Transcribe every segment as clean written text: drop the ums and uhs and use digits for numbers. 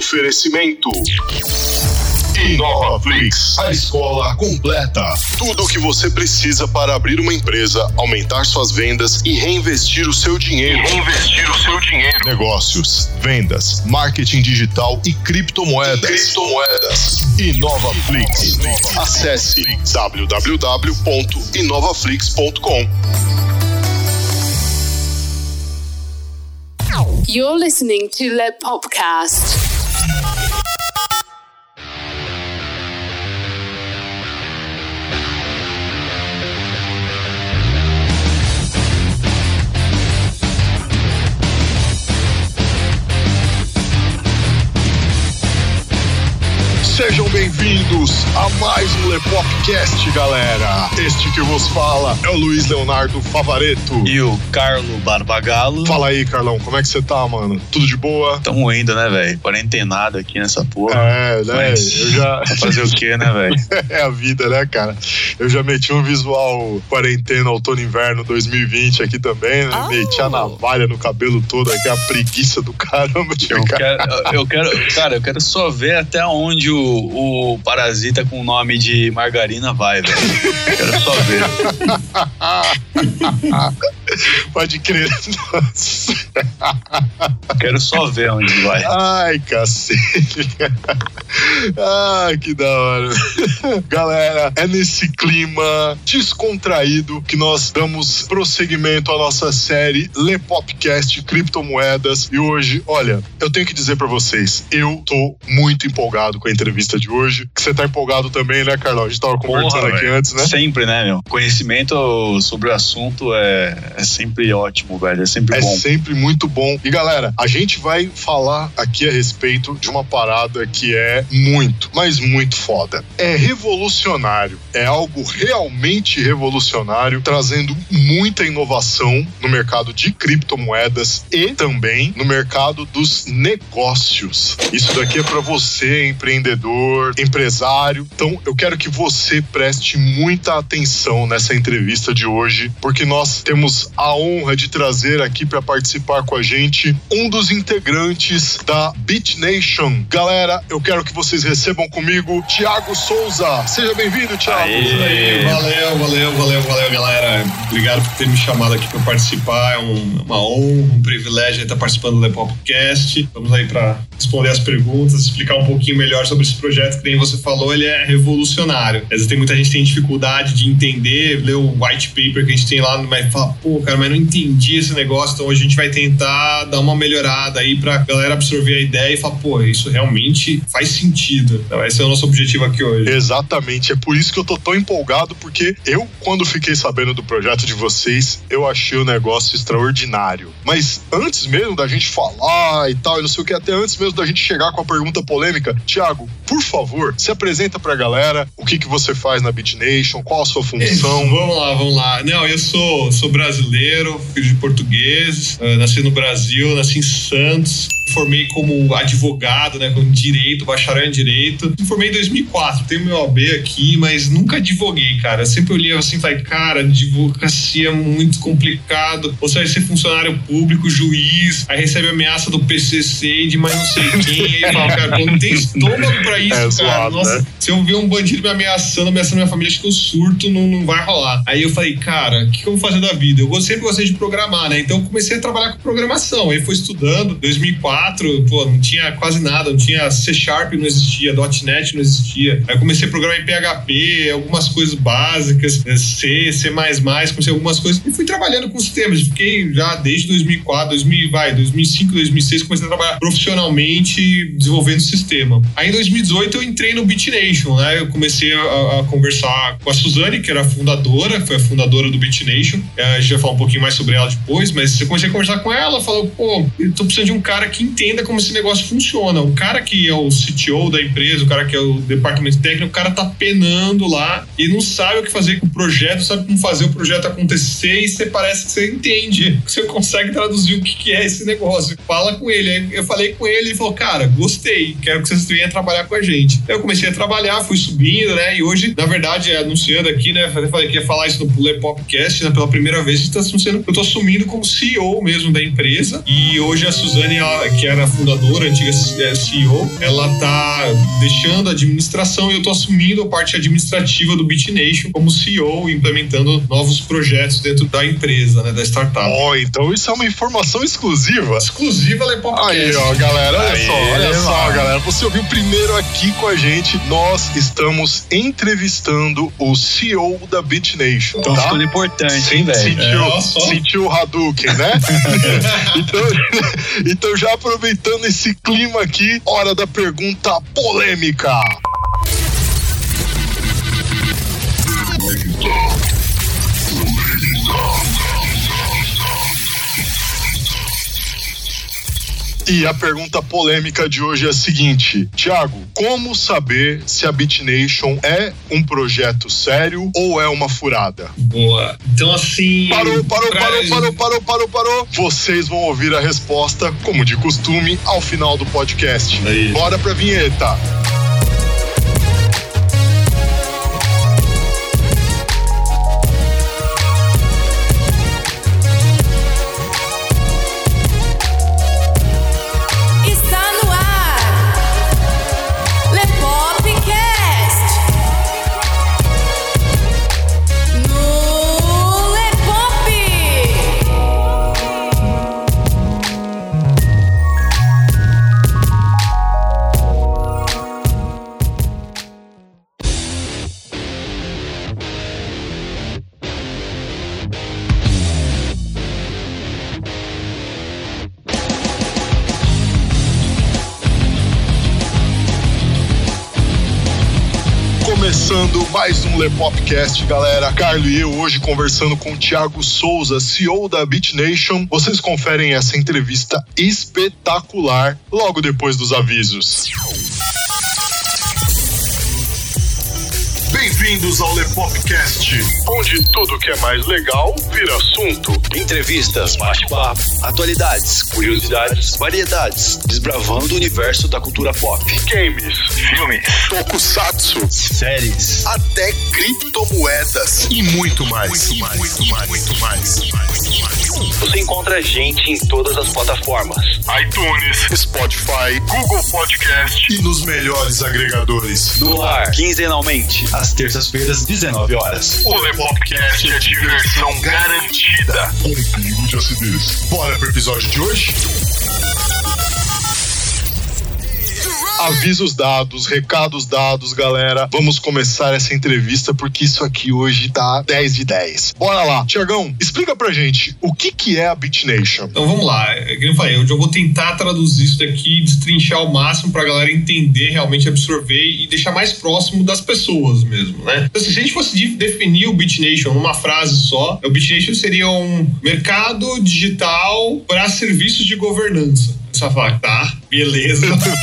Oferecimento InovaFlix, a escola completa. Tudo o que você precisa para abrir uma empresa, aumentar suas vendas e reinvestir o seu dinheiro. Negócios, vendas, marketing digital e criptomoedas. InovaFlix. Acesse www.inovaflix.com. You're listening to Le Popcast. Sejam bem-vindos a mais um Le Popcast, galera. Este que vos fala é o Luiz Leonardo Favaretto. E o Carlo Barbagalo. Fala aí, Carlão, como é que você tá, mano? Tudo de boa? Tamo indo, né, velho? Quarentenado aqui nessa porra. É, né? Eu já... Fazer o quê, né, velho? É a vida, né, cara? Eu já meti um visual quarentena outono-inverno 2020 aqui também, né? Meti a navalha no cabelo todo aqui, a preguiça do caramba de eu quero só ver até onde o parasita com o nome de margarina vai, velho. Quero só ver. Pode crer. Nossa. Quero só ver onde vai. Ai, cacete. Ai, que da hora. Galera, é nesse clima descontraído que nós damos prosseguimento à nossa série Le Popcast Criptomoedas. E hoje, olha, eu tenho que dizer pra vocês, eu tô muito empolgado com a entrevista de hoje. Que você tá empolgado também, né, Carlão? A gente tava conversando aqui antes, né? Sempre, né, meu? Conhecimento sobre o assunto é sempre ótimo, velho. É sempre bom. É sempre muito bom. E, galera, a gente vai falar aqui a respeito de uma parada que é muito, mas muito foda. É revolucionário. É algo realmente revolucionário, trazendo muita inovação no mercado de criptomoedas e também no mercado dos negócios. Isso daqui é pra você, empreendedor, empresário. Então, eu quero que você preste muita atenção nessa entrevista de hoje, porque nós temos a honra de trazer aqui para participar com a gente um dos integrantes da BitNation. Galera, eu quero que vocês recebam comigo Thiago Souza. Seja bem-vindo, Thiago. Aí, valeu, galera. Obrigado por ter me chamado aqui para participar. É uma honra, um privilégio estar participando do Le Popcast. Vamos aí para responder as perguntas, explicar um pouquinho melhor sobre esse projeto que nem você falou, ele é revolucionário. Às vezes tem muita gente que tem dificuldade de entender, ler o white paper que a gente tem lá, mas fala, pô, cara, mas não entendi esse negócio, então hoje a gente vai tentar dar uma melhorada aí pra galera absorver a ideia e falar, pô, isso realmente faz sentido. Então esse é o nosso objetivo aqui hoje. Exatamente, é por isso que eu tô tão empolgado, porque eu, quando fiquei sabendo do projeto de vocês, eu achei o negócio extraordinário. Mas antes mesmo da gente falar e tal, e não sei o que, até antes mesmo da gente chegar com a pergunta polêmica, Thiago, por favor, se apresenta pra galera o que você faz na BitNation, qual a sua função. Vamos lá. Não, eu sou brasileiro, filho de português, nasci no Brasil, nasci em Santos, formei como advogado, né, com direito, bacharel em direito. Me formei em 2004, tenho meu OAB aqui, mas nunca advoguei, cara. Eu sempre olhei assim e falei, cara, advocacia é muito complicado. Você vai ser funcionário público, juiz, aí recebe ameaça do PCC de mais não sei quem, aí fala, cara, não tem estômago pra isso, cara. Zoado, nossa, né? Se eu ver um bandido me ameaçando minha família, acho que eu surto, não vai rolar. Aí eu falei, cara, o que eu vou fazer da vida? Eu sempre gostei de programar, né? Então eu comecei a trabalhar com programação. Aí fui estudando, 2004, pô, não tinha quase nada, não tinha C#, não existia, .NET não existia. Aí eu comecei a programar em PHP, algumas coisas básicas, C++, comecei algumas coisas e fui trabalhando com sistemas. Fiquei já desde 2004, 2005, 2006, comecei a trabalhar profissionalmente desenvolvendo sistema. Aí em 2018 eu entrei no BitNation, né? Eu comecei a conversar com a Suzane, que era a fundadora, foi a fundadora do BitNation. A gente vai falar um pouquinho mais sobre ela depois, mas eu comecei a conversar com ela, falou, pô, eu tô precisando de um cara que entenda como esse negócio funciona. O cara que é o CTO da empresa, o cara que é o departamento técnico, o cara tá penando lá e não sabe o que fazer com o projeto, sabe como fazer o projeto acontecer, e você parece que você entende, que você consegue traduzir o que é esse negócio. Fala com ele. Aí eu falei com ele e falou, cara, gostei, quero que vocês venham trabalhar com a gente. Aí eu comecei a trabalhar, fui subindo, né? E hoje, na verdade, anunciando aqui, né? Eu falei que ia falar isso no Le Popcast, né? Pela primeira vez, eu tô assumindo como CEO mesmo da empresa. E hoje a Suzane, que era a fundadora, a antiga CEO, ela tá deixando a administração e eu tô assumindo a parte administrativa do BitNation como CEO, implementando novos projetos dentro da empresa, né, da startup. Então isso é uma informação exclusiva. Exclusiva Lepopcast. Aí, ó, galera, olha só, galera. Você ouviu primeiro aqui com a gente. Nós estamos entrevistando o CEO da BitNation. Então ficando importante, hein, velho? Sentiu o Hadouken, né? então já aproveitando esse clima aqui, hora da pergunta polêmica. E a pergunta polêmica de hoje é a seguinte: Thiago, como saber se a BitNation é um projeto sério ou é uma furada? Boa. Então assim... Parou. Vocês vão ouvir a resposta, como de costume, ao final do podcast. Aí. Bora pra vinheta. Começando mais um Lepopcast, galera. Carlos e eu hoje conversando com o Thiago Souza, CEO da BitNation. Vocês conferem essa entrevista espetacular logo depois dos avisos. Bem-vindos ao Lepopcast, onde tudo que é mais legal vira assunto. Entrevistas, bate-papo, atualidades, curiosidades, variedades, desbravando o universo da cultura pop. Games, filmes, tokusatsu, séries, até criptomoedas e muito mais. Você encontra a gente em todas as plataformas: iTunes, Spotify, Google Podcast e nos melhores agregadores. No ar, quinzenalmente, às terças-feiras, 19 horas. O Lepopcast é diversão garantida, com pingo de acidez. Bora pro episódio de hoje? Avisos dados, recados dados, galera. Vamos começar essa entrevista porque isso aqui hoje tá 10 de 10. Bora lá. Tiagão, explica pra gente o que é a BitNation. Então vamos lá. Como eu falei, hoje eu vou tentar traduzir isso daqui, destrinchar ao máximo pra galera entender, realmente absorver e deixar mais próximo das pessoas mesmo, né? Então, se a gente fosse definir o BitNation numa frase só, o BitNation seria um mercado digital para serviços de governança. Você vai falar, tá, beleza,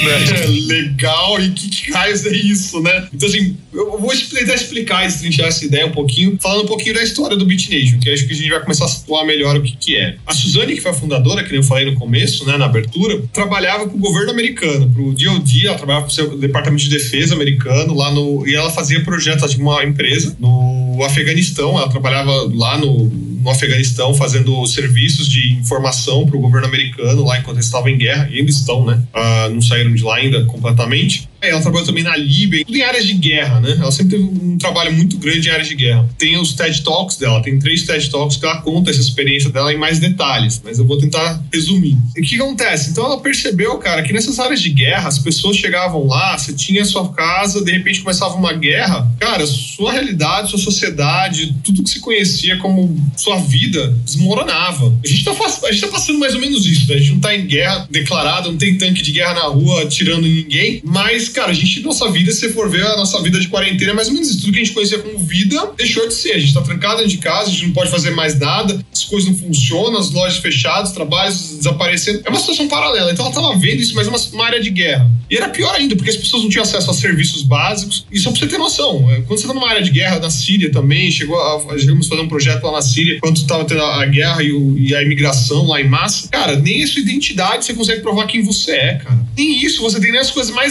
legal, e que raios é isso, né? Então, assim, eu vou tentar explicar e destrinchar essa ideia um pouquinho, falando um pouquinho da história do BitNation, que acho que a gente vai começar a situar melhor o que é. A Suzane, que foi a fundadora, que eu falei no começo, né, na abertura, trabalhava com o governo americano, pro DoD, ela trabalhava com o Departamento de Defesa americano, e ela fazia projetos de uma empresa no Afeganistão, ela trabalhava lá no Afeganistão fazendo serviços de informação para o governo americano lá enquanto eles estavam em guerra, e ainda estão, né? Não saíram de lá ainda completamente. Ela trabalhou também na Líbia, tudo em áreas de guerra, né? Ela sempre teve um trabalho muito grande em áreas de guerra. Tem os TED Talks dela, tem 3 TED Talks que ela conta essa experiência dela em mais detalhes, mas eu vou tentar resumir. E o que acontece? Então ela percebeu, cara, que nessas áreas de guerra, as pessoas chegavam lá, você tinha a sua casa, de repente começava uma guerra, cara, sua realidade, sua sociedade, tudo que se conhecia como sua vida desmoronava. A gente tá passando mais ou menos isso, né? A gente não tá em guerra declarada, não tem tanque de guerra na rua atirando em ninguém, mas, cara, a gente, nossa vida, se você for ver a nossa vida de quarentena, é mais ou menos isso. Tudo que a gente conhecia como vida deixou de ser. A gente tá trancado dentro de casa, a gente não pode fazer mais nada, as coisas não funcionam, as lojas fechadas, trabalhos desaparecendo. É uma situação paralela. Então ela tava vendo isso, mas uma área de guerra. E era pior ainda, porque as pessoas não tinham acesso a serviços básicos. E só pra você ter noção, quando você tá numa área de guerra, na Síria também, chegamos a fazer um projeto lá na Síria, quando tava tendo a guerra e a imigração lá em massa, cara, nem a sua identidade você consegue provar quem você é, cara. Nem isso, você tem nem as coisas mais básicas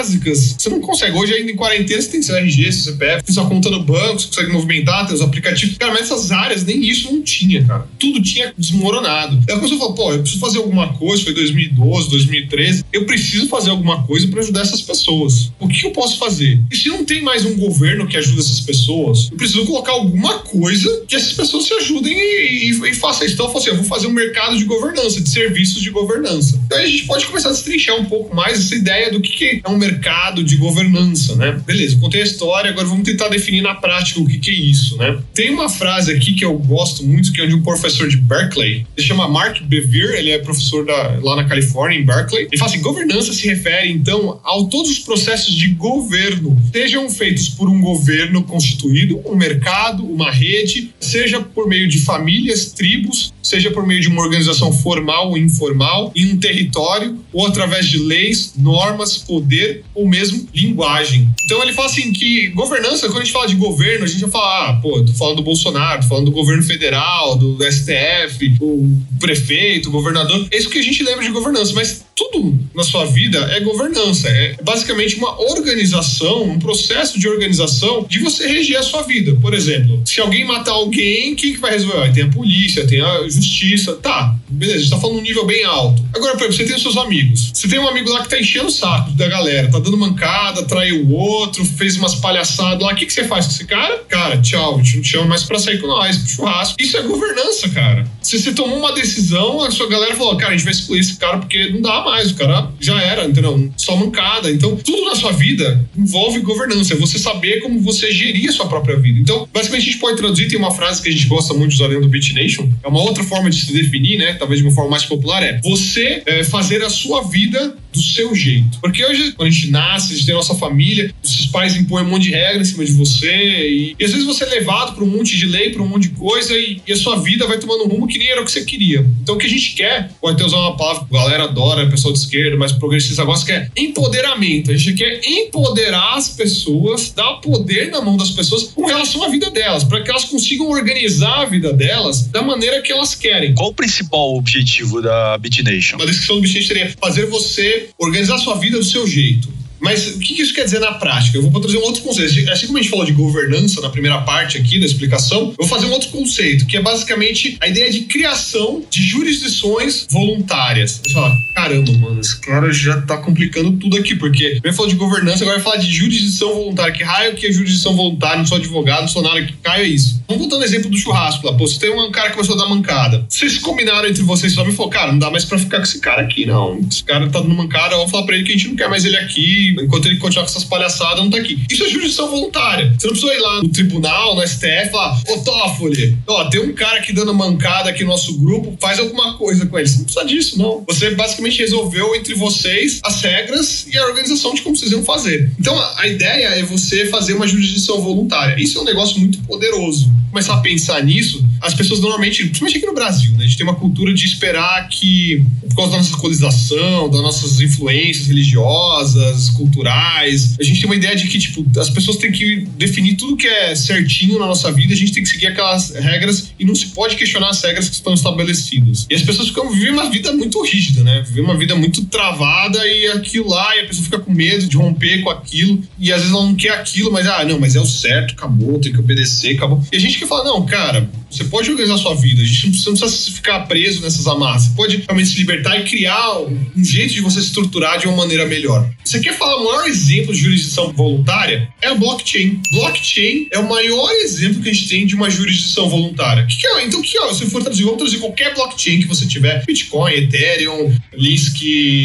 básicas, você não consegue. Hoje, ainda em quarentena, você tem seu RG, seu CPF, tem sua conta no banco, você consegue movimentar, tem os aplicativos. Cara, mas essas áreas, nem isso não tinha, cara. Tudo tinha desmoronado. Aí a pessoa falou, pô, eu preciso fazer alguma coisa, foi 2012, 2013, eu preciso fazer alguma coisa pra ajudar essas pessoas. O que eu posso fazer? E se não tem mais um governo que ajuda essas pessoas, eu preciso colocar alguma coisa que essas pessoas se ajudem e façam isso. Então eu falo assim, eu vou fazer um mercado de governança, de serviços de governança. Então aí a gente pode começar a destrinchar um pouco mais essa ideia do que é um mercado de governança, né? Beleza, contei a história, agora vamos tentar definir na prática o que é isso, né? Tem uma frase aqui que eu gosto muito, que é de um professor de Berkeley, ele chama Mark Bevere, ele é professor lá na Califórnia, em Berkeley. Ele fala assim, governança se refere, então, a todos os processos de governo, sejam feitos por um governo constituído, um mercado, uma rede, seja por meio de famílias, tribos, seja por meio de uma organização formal ou informal, em um território, ou através de leis, normas, poder ou mesmo linguagem. Então ele fala assim que governança, quando a gente fala de governo, a gente vai falar, eu tô falando do Bolsonaro, tô falando do governo federal, do STF, o prefeito, o governador. É isso que a gente lembra de governança, mas tudo na sua vida é governança. É basicamente uma organização, um processo de organização de você reger a sua vida. Por exemplo, se alguém matar alguém, quem que vai resolver? Tem a polícia, tem a justiça. Tá, beleza, a gente tá falando um nível bem alto. Agora, por exemplo, você tem os seus amigos. Você tem um amigo lá que tá enchendo o saco da galera, tá dando mancada, traiu o outro, fez umas palhaçadas lá. O que você faz com esse cara? Cara, tchau, a gente não te chama mais pra sair com nós, pro churrasco. Isso é governança, cara. Se você tomou uma decisão, a sua galera falou, cara, a gente vai excluir esse cara porque não dá mais, o cara já era, entendeu? Só mancada. Então, tudo na sua vida envolve governança, é você saber como você gerir a sua própria vida. Então, basicamente, a gente pode traduzir, tem uma frase que a gente gosta muito de usar dentro do BitNation, é uma outra forma de se definir, né? Talvez de uma forma mais popular, é você fazer a sua vida do seu jeito. Porque hoje, quando a gente nasce, a gente tem a nossa família, os seus pais impõem um monte de regra em cima de você e às vezes você é levado por um monte de lei, por um monte de coisa e a sua vida vai tomando um rumo que nem era o que você queria. Então o que a gente quer, pode até usar uma palavra que a galera adora, pessoal de esquerda, mais progressista gosta, que é empoderamento. A gente quer empoderar as pessoas, dar poder na mão das pessoas com relação à vida delas, para que elas consigam organizar a vida delas da maneira que elas querem. Qual o principal objetivo da BitNation? A descrição do BitNation seria fazer você organizar a sua vida do seu jeito. Mas o que isso quer dizer na prática? Eu vou trazer um outro conceito. Assim como a gente falou de governança na primeira parte aqui da explicação, eu vou fazer um outro conceito, que é basicamente a ideia de criação de jurisdições voluntárias. Você fala, caramba, mano, esse cara já tá complicando tudo aqui, porque ele falou de governança, agora vai falar de jurisdição voluntária. Que raio que é jurisdição voluntária? Não sou advogado, não sou nada, que raio é isso? Vamos voltar no exemplo do churrasco lá. Pô, você tem um cara que começou a dar mancada. Vocês combinaram entre vocês só me falou, cara, não dá mais pra ficar com esse cara aqui, não. Esse cara tá dando mancada, eu vou falar pra ele que a gente não quer mais ele aqui. Enquanto ele continuar com essas palhaçadas, não tá aqui. Isso é jurisdição voluntária. Você não precisa ir lá no tribunal, no STF, e falar, ô Toffoli, tem um cara aqui dando mancada aqui no nosso grupo, faz alguma coisa com ele. Você não precisa disso, não. Você basicamente resolveu entre vocês as regras e a organização de como vocês iam fazer. Então, a ideia é você fazer uma jurisdição voluntária. Isso é um negócio muito poderoso. Começar a pensar nisso, as pessoas normalmente, principalmente aqui no Brasil, né, a gente tem uma cultura de esperar que, por causa da nossa colonização, das nossas influências religiosas, culturais, a gente tem uma ideia de que, tipo, as pessoas têm que definir tudo que é certinho na nossa vida, a gente tem que seguir aquelas regras e não se pode questionar as regras que estão estabelecidas. E as pessoas vivem uma vida muito rígida, né? Vivem uma vida muito travada e aquilo lá, e a pessoa fica com medo de romper com aquilo, e às vezes ela não quer aquilo, mas, mas é o certo, acabou, tem que obedecer, acabou. E a gente quer falar, não, cara, você pode organizar a sua vida, a gente não precisa ficar preso nessas amarras, você pode realmente se libertar e criar um jeito de você se estruturar de uma maneira melhor. Você quer falar o maior exemplo de jurisdição voluntária? É a blockchain. Blockchain é o maior exemplo que a gente tem de uma jurisdição voluntária. Então, se for traduzir, vamos traduzir qualquer blockchain que você tiver, Bitcoin, Ethereum, Lisk,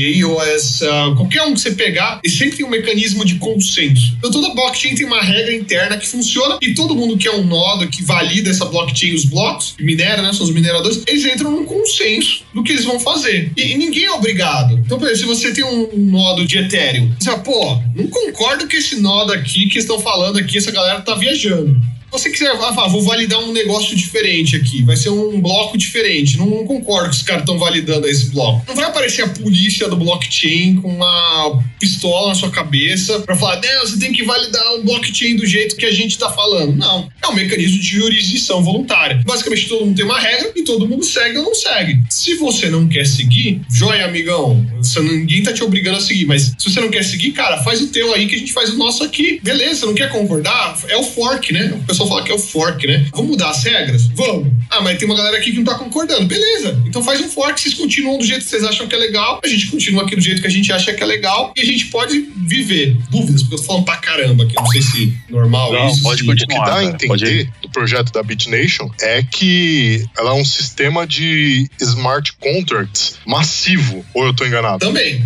EOS, qualquer um que você pegar, e sempre tem um mecanismo de consenso. Então, toda blockchain tem uma regra interna que funciona e todo mundo que é um nodo que valida essa blockchain, os blocos, que minera, né, são os mineradores, eles entram num consenso do que eles vão fazer. E ninguém é obrigado. Então, por exemplo, se você tem um nodo de Ethereum, você fala, não concordo com esse nodo aqui que estão falando aqui, essa galera tá viajando. você quiser, vou validar um negócio diferente aqui, vai ser um bloco diferente, não concordo que os caras estão validando esse bloco. Não vai aparecer a polícia do blockchain com uma pistola na sua cabeça pra falar, não, você tem que validar o blockchain do jeito que a gente tá falando. Não, é um mecanismo de jurisdição voluntária. Basicamente, todo mundo tem uma regra e todo mundo segue ou não segue. Se você não quer seguir, joia, amigão, ninguém tá te obrigando a seguir, mas se você não quer seguir, cara, faz o teu aí que a gente faz o nosso aqui. Beleza, não quer concordar? É o fork, né? O pessoal fala que é o fork, né? Vamos mudar as regras? Vamos. Ah, mas tem uma galera aqui que não tá concordando. Beleza, então faz um fork, vocês continuam do jeito que vocês acham que é legal, a gente continua aqui do jeito que a gente acha que é legal e a gente pode viver. Dúvidas, porque eu tô falando pra caramba aqui, não sei se normal não, isso. Pode continuar, o que dá a entender do projeto da BitNation é que ela é um sistema de smart contracts massivo, ou eu tô enganado?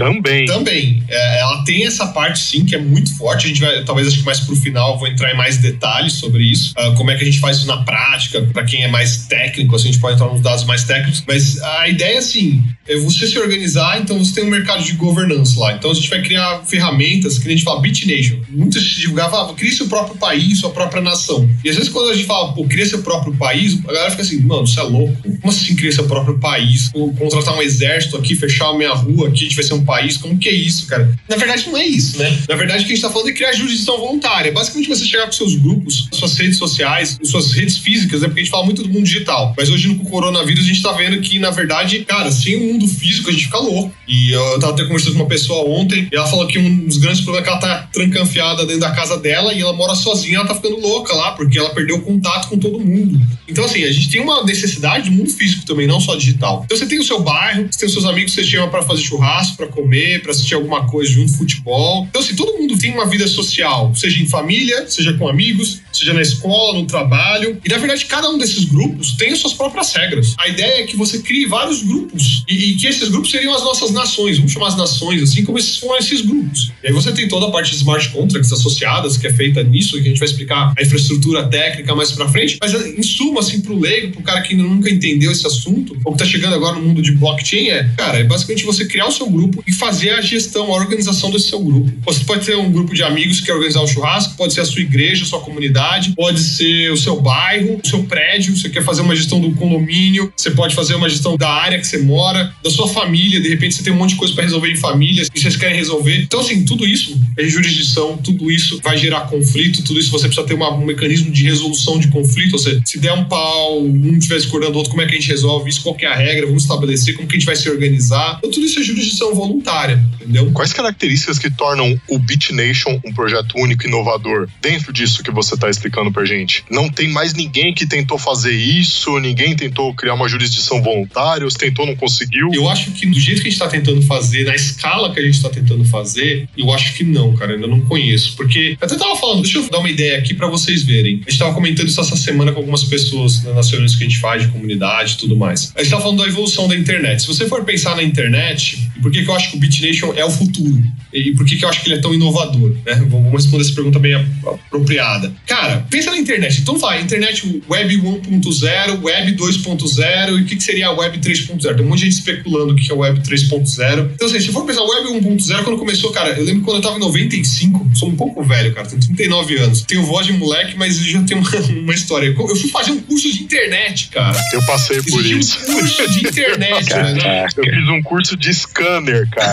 Também. Ela tem essa parte sim que é muito forte, a gente vai, talvez acho que mais pro final, vou entrar em mais detalhes sobre isso, como é que a gente faz isso na prática, pra quem é mais técnico, assim, a gente pode entrar nos dados mais técnicos, mas a ideia assim, é você se organizar, então você tem um mercado de governança lá, então a gente vai criar ferramentas, que a gente fala BitNation, muitos divulgavam, cria seu próprio país, sua própria nação, e às vezes quando a gente fala, cria seu próprio país, a galera fica assim, mano, você é louco, como assim cria seu próprio país, contratar um exército aqui, fechar a minha rua aqui, a gente vai ser um país, como que é isso, cara? Na verdade não é isso, né? Na verdade o que a gente tá falando é criar jurisdição voluntária, basicamente você chegar com seus grupos, suas redes sociais, suas redes físicas, né? Porque a gente fala muito do mundo digital, mas hoje com o coronavírus a gente tá vendo que, na verdade, cara, sem o mundo físico a gente fica louco. E eu tava até conversando com uma pessoa ontem, e ela falou que um dos grandes problemas é que ela tá trancanfiada dentro da casa dela e ela mora sozinha, ela tá ficando louca lá, porque ela perdeu o contato com todo mundo. Então, assim, a gente tem uma necessidade do mundo físico também, não só digital. Então, você tem o seu bairro, você tem os seus amigos que você chama pra fazer churrasco, pra comer, pra assistir alguma coisa junto, futebol. Então, assim, todo mundo tem uma vida social, seja em família, seja com amigos, seja na escola, no trabalho. E, na verdade, cada um desses grupos tem as suas próprias regras. A ideia é que você crie vários grupos e que esses grupos seriam as nossas nações. Vamos chamar as nações assim, como esses são esses grupos. E aí você tem toda a parte de smart contracts associadas, que é feita nisso, e que a gente vai explicar a infraestrutura técnica mais pra frente. Mas, em suma, assim, pro leigo, pro cara que ainda nunca entendeu esse assunto, ou que tá chegando agora no mundo de blockchain, é basicamente você criar o seu grupo e fazer a gestão, a organização desse seu grupo. Você pode ter um grupo de amigos que quer organizar um churrasco, pode ser a sua igreja, a sua comunidade, pode ser o seu bairro, o seu prédio, você quer fazer uma gestão do condomínio, você pode fazer uma gestão da área que você mora, da sua família, de repente você tem um monte de coisa para resolver em família, que vocês querem resolver. Então, assim, tudo isso é jurisdição, tudo isso vai gerar conflito, tudo isso você precisa ter um mecanismo de resolução de conflito, ou seja, se der um pau, um estiver discordando do outro, como é que a gente resolve isso, qual que é a regra, vamos estabelecer, como que a gente vai se organizar. Então, tudo isso é jurisdição voluntária, entendeu? Quais características que tornam o BitNation um projeto único e inovador dentro disso que você está explicando pra gente? Não tem mais ninguém que tentou fazer isso, ninguém tentou criar uma jurisdição voluntária, ou se tentou, não conseguiu? Eu acho que do jeito que a gente está tentando fazer, na escala que a gente está tentando fazer, eu acho que não, cara, ainda não conheço. Porque eu até tava falando, deixa eu dar uma ideia aqui pra vocês verem. A gente tava comentando isso essa semana com algumas pessoas, né, nas reuniões que a gente faz de comunidade e tudo mais. A gente tava falando da evolução da internet. Se você for pensar na internet, e por que eu acho que o BitNation é o futuro? E por que eu acho que ele é tão inovador? Né? Vamos responder essa pergunta bem apropriada. Cara, pensa na internet. Então vai, internet Web 1.0, Web 2.0 e o que seria a Web 3.0? Tem um monte de gente especulando o que é a Web 3.0. Então, assim, se for pensar Web 1.0, quando começou, cara, eu lembro quando eu tava em 95, sou um pouco velho, cara, tenho 39 anos. Tenho voz de moleque, mas já tenho uma história. Eu fui fazer um curso de internet, cara. Eu passei por isso. Um curso de internet, né? Eu fiz um curso de scanner, cara.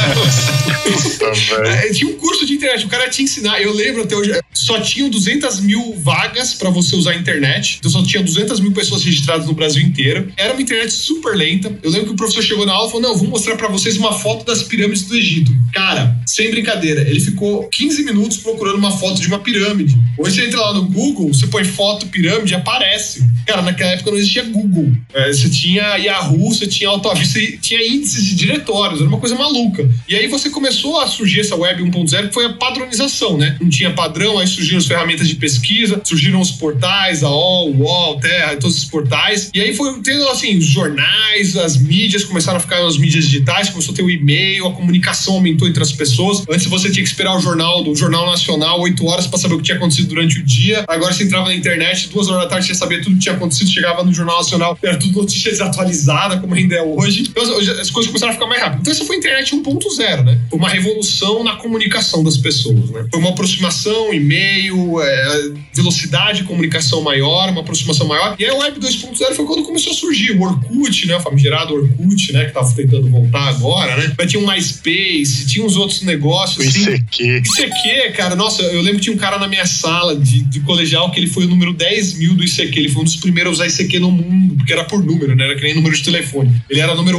Tinha um curso de internet, o cara te ensinar. Eu lembro até hoje, só tinham 200 mil vagas pra você usar a internet. Então só tinha 200 mil pessoas registradas no Brasil inteiro. Era uma internet super lenta. Eu lembro que o professor chegou na aula e falou: não, vou mostrar pra vocês uma foto das pirâmides do Egito. Cara, sem brincadeira, ele ficou 15 minutos procurando uma foto de uma pirâmide. Hoje você entra lá no Google, você põe foto, pirâmide, aparece. Cara, naquela época não existia Google. Você tinha Yahoo, você tinha AutoVista, você tinha índices de diretórios, era uma coisa maluca. E aí você começou a surgir essa Web 1.0, que foi a padronização, né? Não tinha padrão, aí surgiram as ferramentas de pesquisa, surgiram os portais, a UOL, Terra, todos esses portais. E aí foi tendo, assim, os jornais, as mídias começaram a ficar nas mídias digitais, começou a ter o e-mail, a comunicação aumentou entre as pessoas. Antes você tinha que esperar o Jornal Nacional 8 horas para saber o que tinha acontecido durante o dia. Agora você entrava na internet, 2 horas da tarde, você já sabia tudo que tinha acontecido, chegava no Jornal Nacional, era tudo notícia desatualizada, como ainda é hoje. Então as coisas começaram a ficar mais rápido. Então essa foi a internet 1.0, né? Foi uma revolução na comunicação das pessoas, né? Foi uma aproximação, e-mail, velocidade de comunicação maior, uma aproximação maior. E aí o Web 2.0 foi quando começou a surgir o Orkut, né? O famigerado Orkut, né? Que tava tentando voltar agora, né? Mas tinha um MySpace, tinha uns outros negócios. O ICQ. ICQ, cara, nossa, eu lembro que tinha um cara na minha sala de colegial que ele foi o número 10.000 do ICQ. Ele foi um dos primeiros a usar ICQ no mundo, porque era por número, né? Era que nem número de telefone. Ele era número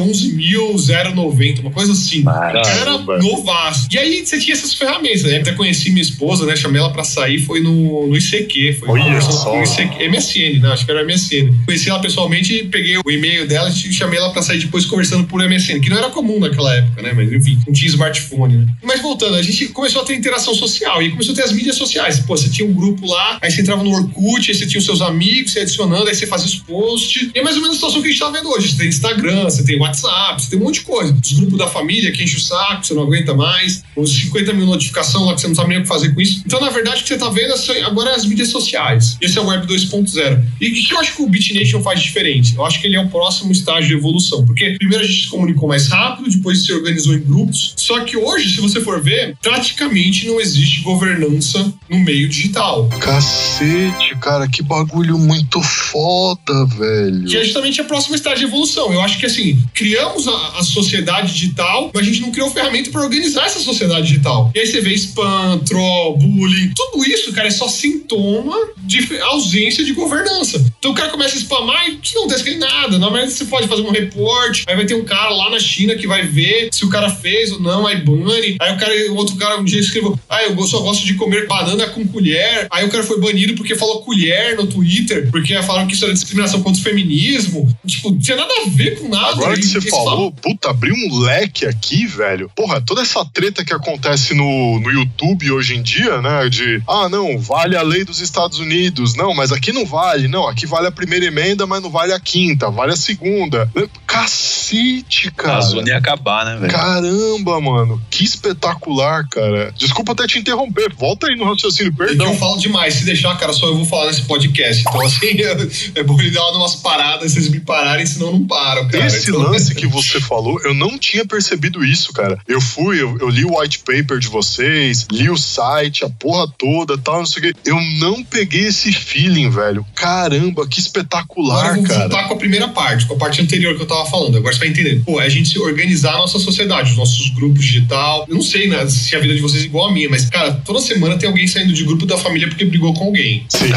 11.090, uma coisa assim. Era novaço. E aí você tinha essas ferramentas, né? Eu até conheci minha esposa, né? Chamei ela pra sair, foi no ICQ. Foi Olha só. ICQ, MSN, né? Acho que era MSN. Conheci ela pessoalmente, peguei o e-mail dela e chamei ela pra sair depois conversando por MSN, que não era comum naquela época, né? Mas enfim, não tinha smartphone, né? Mas voltando, a gente começou a ter interação social e começou a ter as mídias sociais. Pô, você tinha um grupo lá, aí você entrava no Orkut, aí você tinha os seus amigos, você ia adicionando, aí você fazia os posts. E é mais ou menos a situação que a gente tá vendo hoje. Você tem Instagram, você tem WhatsApp, você tem um monte de coisa. Os grupos da família que enche o saco, você não aguenta mais. Os 50 mil notificações lá que você não sabe nem o que fazer com isso. Então, na verdade, o que você tá vendo agora é as mídias sociais. Esse é o Web 2.0. E o que eu acho que o BitNation faz diferente? Eu acho que ele é o próximo estágio de evolução. Porque primeiro a gente se comunicou mais rápido, depois se organizou em grupos. Só que hoje, se você for ver, praticamente não existe governança no meio digital. Cacete, cara, que bagulho muito foda, velho. Que é justamente a próxima estágio de evolução. Eu acho que, assim, criamos a sociedade digital, mas a gente não criou ferramenta para organizar essa sociedade digital. E aí você vê spam, troll, bullying. Tudo isso, cara, é só sintoma de ausência de governança. Então o cara começa a spamar e não tá escrito nada. Na verdade, você pode fazer um report, aí vai ter um cara lá na China que vai ver se o cara fez ou não, aí bane. Aí o outro cara um dia escreveu, eu só gosto de comer banana com colher. Aí o cara foi banido porque falou colher no Twitter, porque falaram que isso era discriminação contra o feminismo. Tipo, não tinha nada a ver com nada. Agora que você falou, puta, abriu um leque aqui, velho. Porra, toda essa treta que acontece no YouTube hoje em dia, né? De, não, vale a lei dos Estados Unidos. Não, mas aqui não vale. Não, aqui vale a primeira emenda, mas não vale a quinta. Vale a segunda. Cacete, cara. A zona ia acabar, né, velho? Caramba, mano. Que espetacular, cara. Desculpa até te interromper. Volta aí no raciocínio, perdão. Eu falo demais. Se deixar, cara, só eu vou falar nesse podcast. Então, assim, é bom ele dar umas paradas, vocês me pararem, senão não param, cara. Esse lance que você falou, eu não tinha percebido isso, cara. Eu li o white paper de vocês, li o site, a porra toda, tal, não sei o quê. Eu não peguei esse feeling, velho. Caramba, que espetacular, agora eu vou cara. voltar com a primeira parte, com a parte anterior que eu tava falando. Agora você vai entender. Pô, é a gente se organizar a nossa sociedade, os nossos grupos digital. Eu não sei, né, se a vida de vocês é igual a minha, mas, cara, toda semana tem alguém saindo de grupo da família porque brigou com alguém. Sim.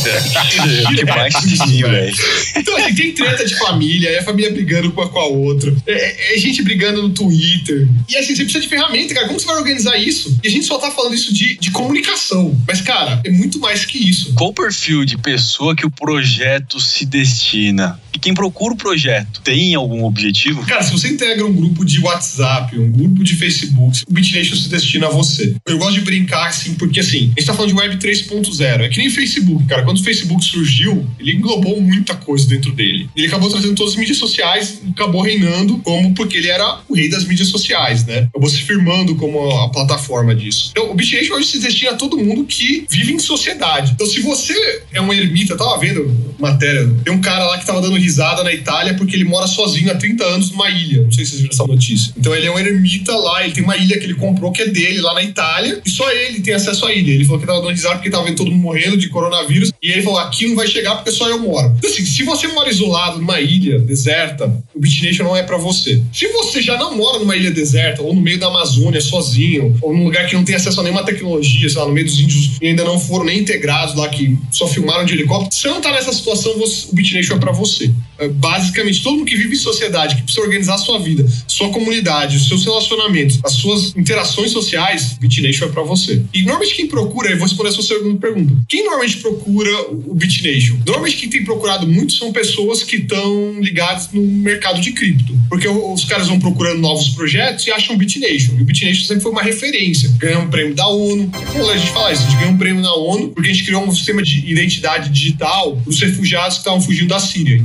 Que mais velho. Então, assim, tem treta de família, é a família brigando com a outra, é gente brigando no Twitter. E assim, você precisa de ferramenta, cara. Como você vai organizar isso? E a gente só tá falando isso de comunicação. Mas, cara, é muito mais que isso. Qual o perfil de pessoa que o projeto se destina? E quem procura o projeto tem algum objetivo? Cara, se você integra um grupo de WhatsApp, um grupo de Facebook, o BitNation se destina a você. Eu gosto de brincar, assim, porque, assim, a gente tá falando de Web 3.0. É que nem Facebook, cara. Quando o Facebook surgiu, ele englobou muita coisa dentro dele. Ele acabou trazendo todas as mídias sociais e acabou reinando porque ele era o rei das mídias sociais, né? Acabou se firmando como a plataforma disso. Então, o BitNation hoje se destina a todo mundo que vive em sociedade. Então, se você é um ermita, eu tava vendo matéria, tem um cara lá que tava dando risada na Itália porque ele mora sozinho há 30 anos numa ilha. Não sei se vocês viram essa notícia. Então, ele é um ermita lá, ele tem uma ilha que ele comprou que é dele lá na Itália e só ele tem acesso à ilha. Ele falou que tava dando risada porque tava vendo todo mundo morrendo de coronavírus e ele falou, aqui não vai chegar porque só eu moro. Então, assim, se você mora isolado numa ilha deserta, o BitNation não é pra você. Se você já não mora numa ilha deserta ou no meio da Amazônia sozinho, ou num lugar que não tem acesso a nenhuma tecnologia, sei lá, no meio dos índios que ainda não foram nem integrados lá, que só filmaram de helicóptero, se você não tá nessa situação, o BitNation é pra você. Basicamente, todo mundo que vive em sociedade, que precisa organizar a sua vida, sua comunidade, os seus relacionamentos, as suas interações sociais, o BitNation é pra você. E normalmente quem procura, eu vou responder a sua segunda pergunta, quem normalmente procura o BitNation? Normalmente quem tem procurado muito são pessoas que estão ligadas no mercado de cripto, porque os caras vão procurando novos projetos e acham o BitNation. E o BitNation sempre foi uma referência. Ganhou um prêmio da ONU. Como a gente fala isso? A gente ganhou um prêmio na ONU porque a gente criou um sistema de identidade digital para os refugiados que estavam fugindo da Síria. Então, em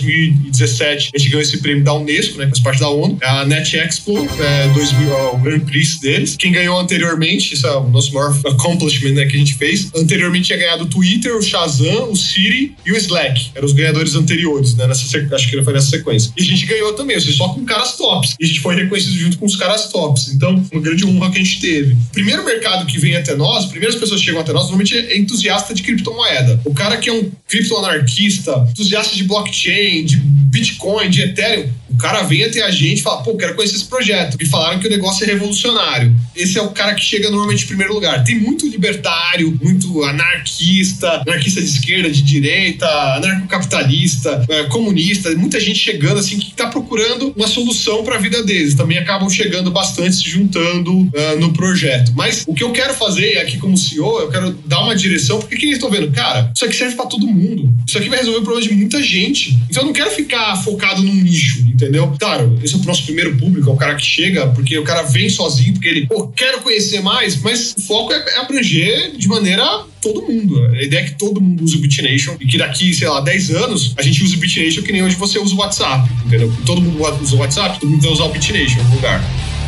2017, a gente ganhou esse prêmio da Unesco, né, faz parte da ONU, a Net Expo 2000, o Grand Prix deles. Quem ganhou anteriormente, isso é o nosso maior accomplishment, né, que a gente fez, anteriormente tinha ganhado o Twitter, o Shazam, o Siri e o Slack. Eram os ganhadores anteriores, né, acho que foi nessa sequência. E a gente ganhou também, ou seja, só com caras tops. E a gente foi reconhecido junto com os caras tops. Então, uma grande honra que a gente teve. O primeiro mercado que vem até nós, as primeiras pessoas que chegam até nós, normalmente é entusiasta de criptomoeda. O cara que é um criptoanarquista, entusiasta de blockchain, de Bitcoin, de Ethereum, o cara vem até a gente e fala, pô, quero conhecer esse projeto. E falaram que o negócio é revolucionário. Esse é o cara que chega normalmente em primeiro lugar. Tem muito libertário, muito anarquista de esquerda, de direita, anarcocapitalista, comunista, muita gente chegando assim que tá procurando uma solução para a vida deles. Também acabam chegando bastante, se juntando no projeto. Mas o que eu quero fazer aqui como CEO, eu quero dar uma direção, porque eles estão vendo, cara, isso aqui serve para todo mundo. Isso aqui vai resolver o problema de muita gente. Então eu não quero ficar focado num nicho, entendeu? Claro, esse é o nosso primeiro público, é o cara que chega, porque o cara vem sozinho, porque ele, pô, quero conhecer mais, mas o foco é abranger de maneira todo mundo. A ideia é que todo mundo use o BitNation e que daqui, sei lá, 10 anos, a gente use o BitNation que nem hoje você usa o WhatsApp, entendeu? Todo mundo usa o WhatsApp, todo mundo vai usar o BitNation no lugar.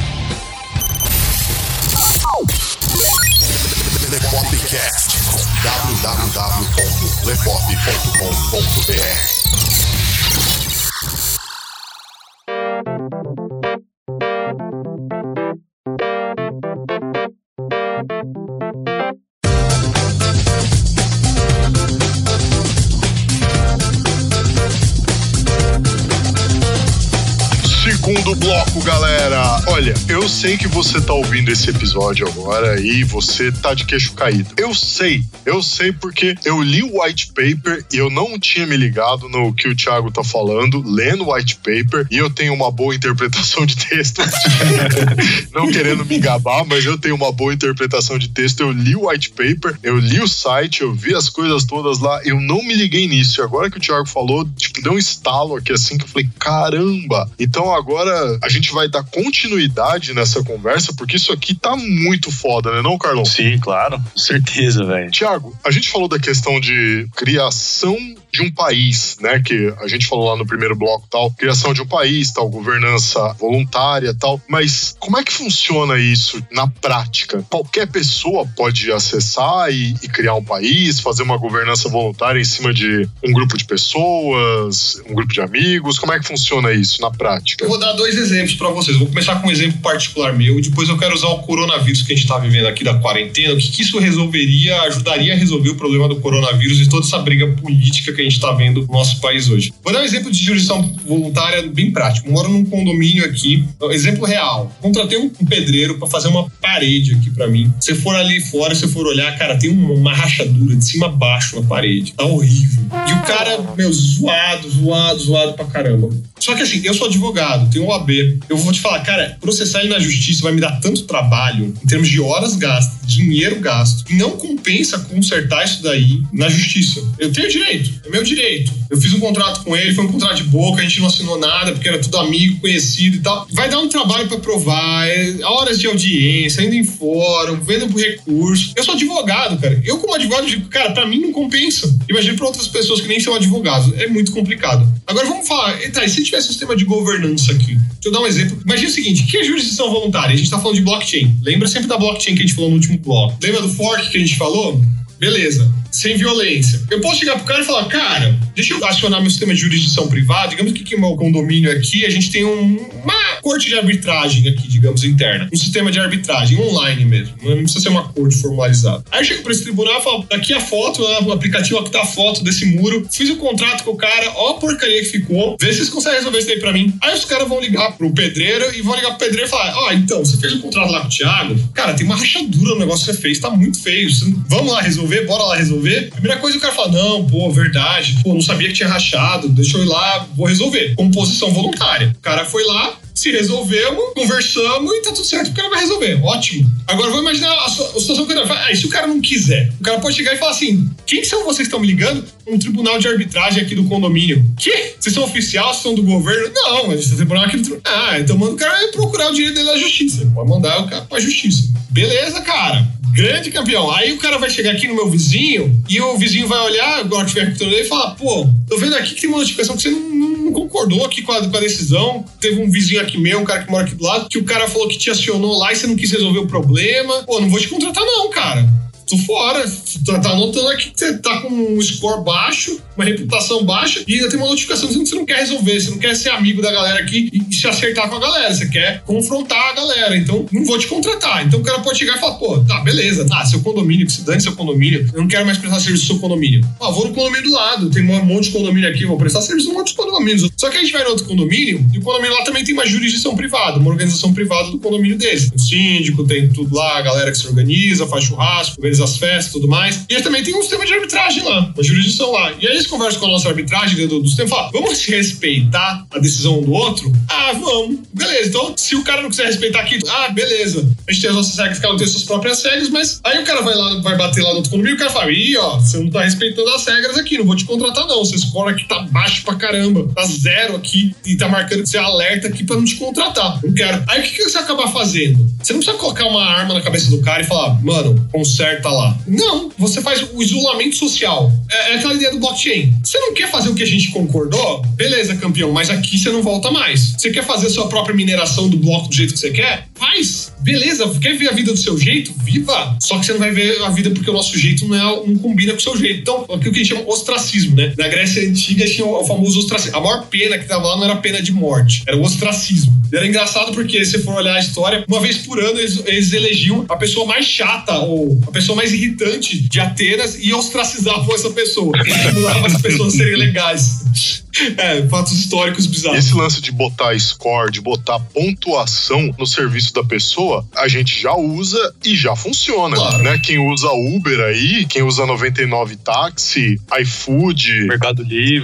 Lepopcast, www.lepop.com.br. Segundo bloco, galera. Olha, eu sei que você tá ouvindo esse episódio agora e você tá de queixo caído. Eu sei porque eu li o white paper e eu não tinha me ligado no que o Thiago tá falando, lendo o white paper, e eu tenho uma boa interpretação de texto. Não querendo me gabar, mas eu tenho uma boa interpretação de texto. Eu li o white paper, eu li o site, eu vi as coisas todas lá, eu não me liguei nisso. E agora que o Thiago falou, tipo, deu um estalo aqui assim, que eu falei, caramba! Então agora a gente vai dar continuidade nessa conversa, porque isso aqui tá muito foda, né não, Carlão? Sim, claro, com certeza, velho. Thiago, a gente falou da questão de criação de um país, né, que a gente falou lá no primeiro bloco, tal, criação de um país, tal, governança voluntária, tal, mas como é que funciona isso na prática? Qualquer pessoa pode acessar e criar um país, fazer uma governança voluntária em cima de um grupo de pessoas, um grupo de amigos, como é que funciona isso na prática? Eu vou dar 2 exemplos pra vocês, vou começar com um exemplo particular meu e depois eu quero usar o coronavírus que a gente tá vivendo aqui da quarentena, o que isso ajudaria a resolver o problema do coronavírus e toda essa briga política que a gente está vendo no nosso país hoje. Vou dar um exemplo de jurisdição voluntária bem prático. Eu moro num condomínio aqui, exemplo real. Contratei um pedreiro para fazer uma parede aqui para mim. Se for ali fora, se for olhar, cara, tem uma rachadura de cima a baixo na parede. Tá horrível. E o cara, zoado pra caramba. Só que assim, eu sou advogado, tenho um OAB. Eu vou te falar, cara, processar ele na justiça vai me dar tanto trabalho, em termos de horas gastas, dinheiro gasto, que não compensa consertar isso daí na justiça. Eu tenho direito, é meu direito. Eu fiz um contrato com ele, foi um contrato de boca, a gente não assinou nada, porque era tudo amigo, conhecido e tal. Vai dar um trabalho pra provar, horas de audiência, indo em fórum, vendo por recurso. Eu sou advogado, cara. Eu como advogado digo, cara, pra mim não compensa. Imagina pra outras pessoas que nem são advogados. É muito complicado. Agora vamos falar, tá, e se tiver sistema de governança aqui? Deixa eu dar um exemplo. Imagina o seguinte, o que é jurisdição voluntária? A gente tá falando de blockchain. Lembra sempre da blockchain que a gente falou no último bloco? Lembra do fork que a gente falou? Beleza, sem violência. Eu posso chegar pro cara e falar, cara, deixa eu acionar meu sistema de jurisdição privada. Digamos que o meu condomínio aqui, a gente tem uma corte de arbitragem aqui, digamos, interna. Um sistema de arbitragem, online mesmo. Não precisa ser uma corte formalizada. Aí eu chego pra esse tribunal e falo, aqui a foto, o aplicativo aqui tá a foto desse muro. Fiz o contrato com o cara, ó a porcaria que ficou. Vê se vocês conseguem resolver isso daí pra mim. Aí os caras vão ligar pro pedreiro e vão ligar pro pedreiro e falar, então, você fez um contrato lá com o Thiago? Cara, tem uma rachadura no negócio que você fez, tá muito feio. Vamos lá resolver? Bora lá resolver? Primeira coisa o cara fala, não, pô, verdade, pô, não sabia que tinha rachado, deixa eu ir lá, vou resolver. Composição voluntária. O cara foi lá, se resolvemos, conversamos e tá tudo certo, o cara vai resolver, ótimo. Agora vamos imaginar a situação que o cara fala, e se o cara não quiser? O cara pode chegar e falar assim, quem são vocês que estão me ligando? Um tribunal de arbitragem aqui do condomínio. Que? Vocês são oficial, vocês são do governo? Não, mas vocês tribunal aqui do tribunal. Então manda o cara procurar o direito dele na justiça. Pode mandar o cara pra justiça. Beleza, cara. Grande campeão. Aí o cara vai chegar aqui no meu vizinho e o vizinho vai olhar, agora que tiver capturando ele, e falar, pô, tô vendo aqui que tem uma notificação que você não concordou aqui com a decisão. Teve um vizinho aqui meu, um cara que mora aqui do lado, que o cara falou que te acionou lá e você não quis resolver o problema. Pô, não vou te contratar não, cara. Tô fora, tá anotando aqui que você tá com um score baixo, uma reputação baixa e ainda tem uma notificação dizendo que você não quer resolver, você não quer ser amigo da galera aqui e se acertar com a galera, você quer confrontar a galera, então não vou te contratar. Então o cara pode chegar e falar, pô, tá, beleza, seu condomínio, que se dane seu condomínio, eu não quero mais prestar serviço no seu condomínio. Vou no condomínio do lado, tem um monte de condomínio aqui, vou prestar serviço em outros condomínios. Só que a gente vai no outro condomínio e o condomínio lá também tem uma jurisdição privada, uma organização privada do condomínio deles. O síndico, tem tudo lá, a galera que se organiza, faz churrasco, organiza as festas e tudo mais. E também tem um sistema de arbitragem lá, uma jurisdição lá. E aí eles conversam com a nossa arbitragem dentro do sistema e falam, vamos respeitar a decisão um do outro? Vamos. Beleza, então se o cara não quiser respeitar aqui, beleza. A gente tem as nossas regras, cada um tem suas próprias regras, mas aí o cara vai bater lá no outro condomínio e o cara fala, você não tá respeitando as regras aqui, não vou te contratar não. Seu score aqui tá baixo pra caramba, tá 0 aqui e tá marcando que você alerta aqui pra não te contratar. Não quero. Aí o que você acaba fazendo? Você não precisa colocar uma arma na cabeça do cara e falar, mano, conserta lá. Não, você faz o isolamento social. É aquela ideia do blockchain. Você não quer fazer o que a gente concordou? Beleza, campeão, mas aqui você não volta mais. Você quer fazer a sua própria mineração do bloco do jeito que você quer? Faz. Beleza, quer ver a vida do seu jeito? Viva! Só que você não vai ver a vida porque o nosso jeito não combina com o seu jeito. Então, aquilo que a gente chama ostracismo, né? Na Grécia Antiga tinha o famoso ostracismo. A maior pena que tava lá não era a pena de morte, era o ostracismo. E era engraçado porque, se você for olhar a história, uma vez por ano eles elegiam a pessoa mais chata ou a pessoa mais irritante de Atenas e ostracizavam essa pessoa. Mudava as pessoas serem legais. Fatos históricos bizarros. Esse lance de botar score, de botar pontuação no serviço da pessoa, a gente já usa e já funciona, claro, né? Quem usa Uber aí, quem usa 99 Táxi, iFood, Mercado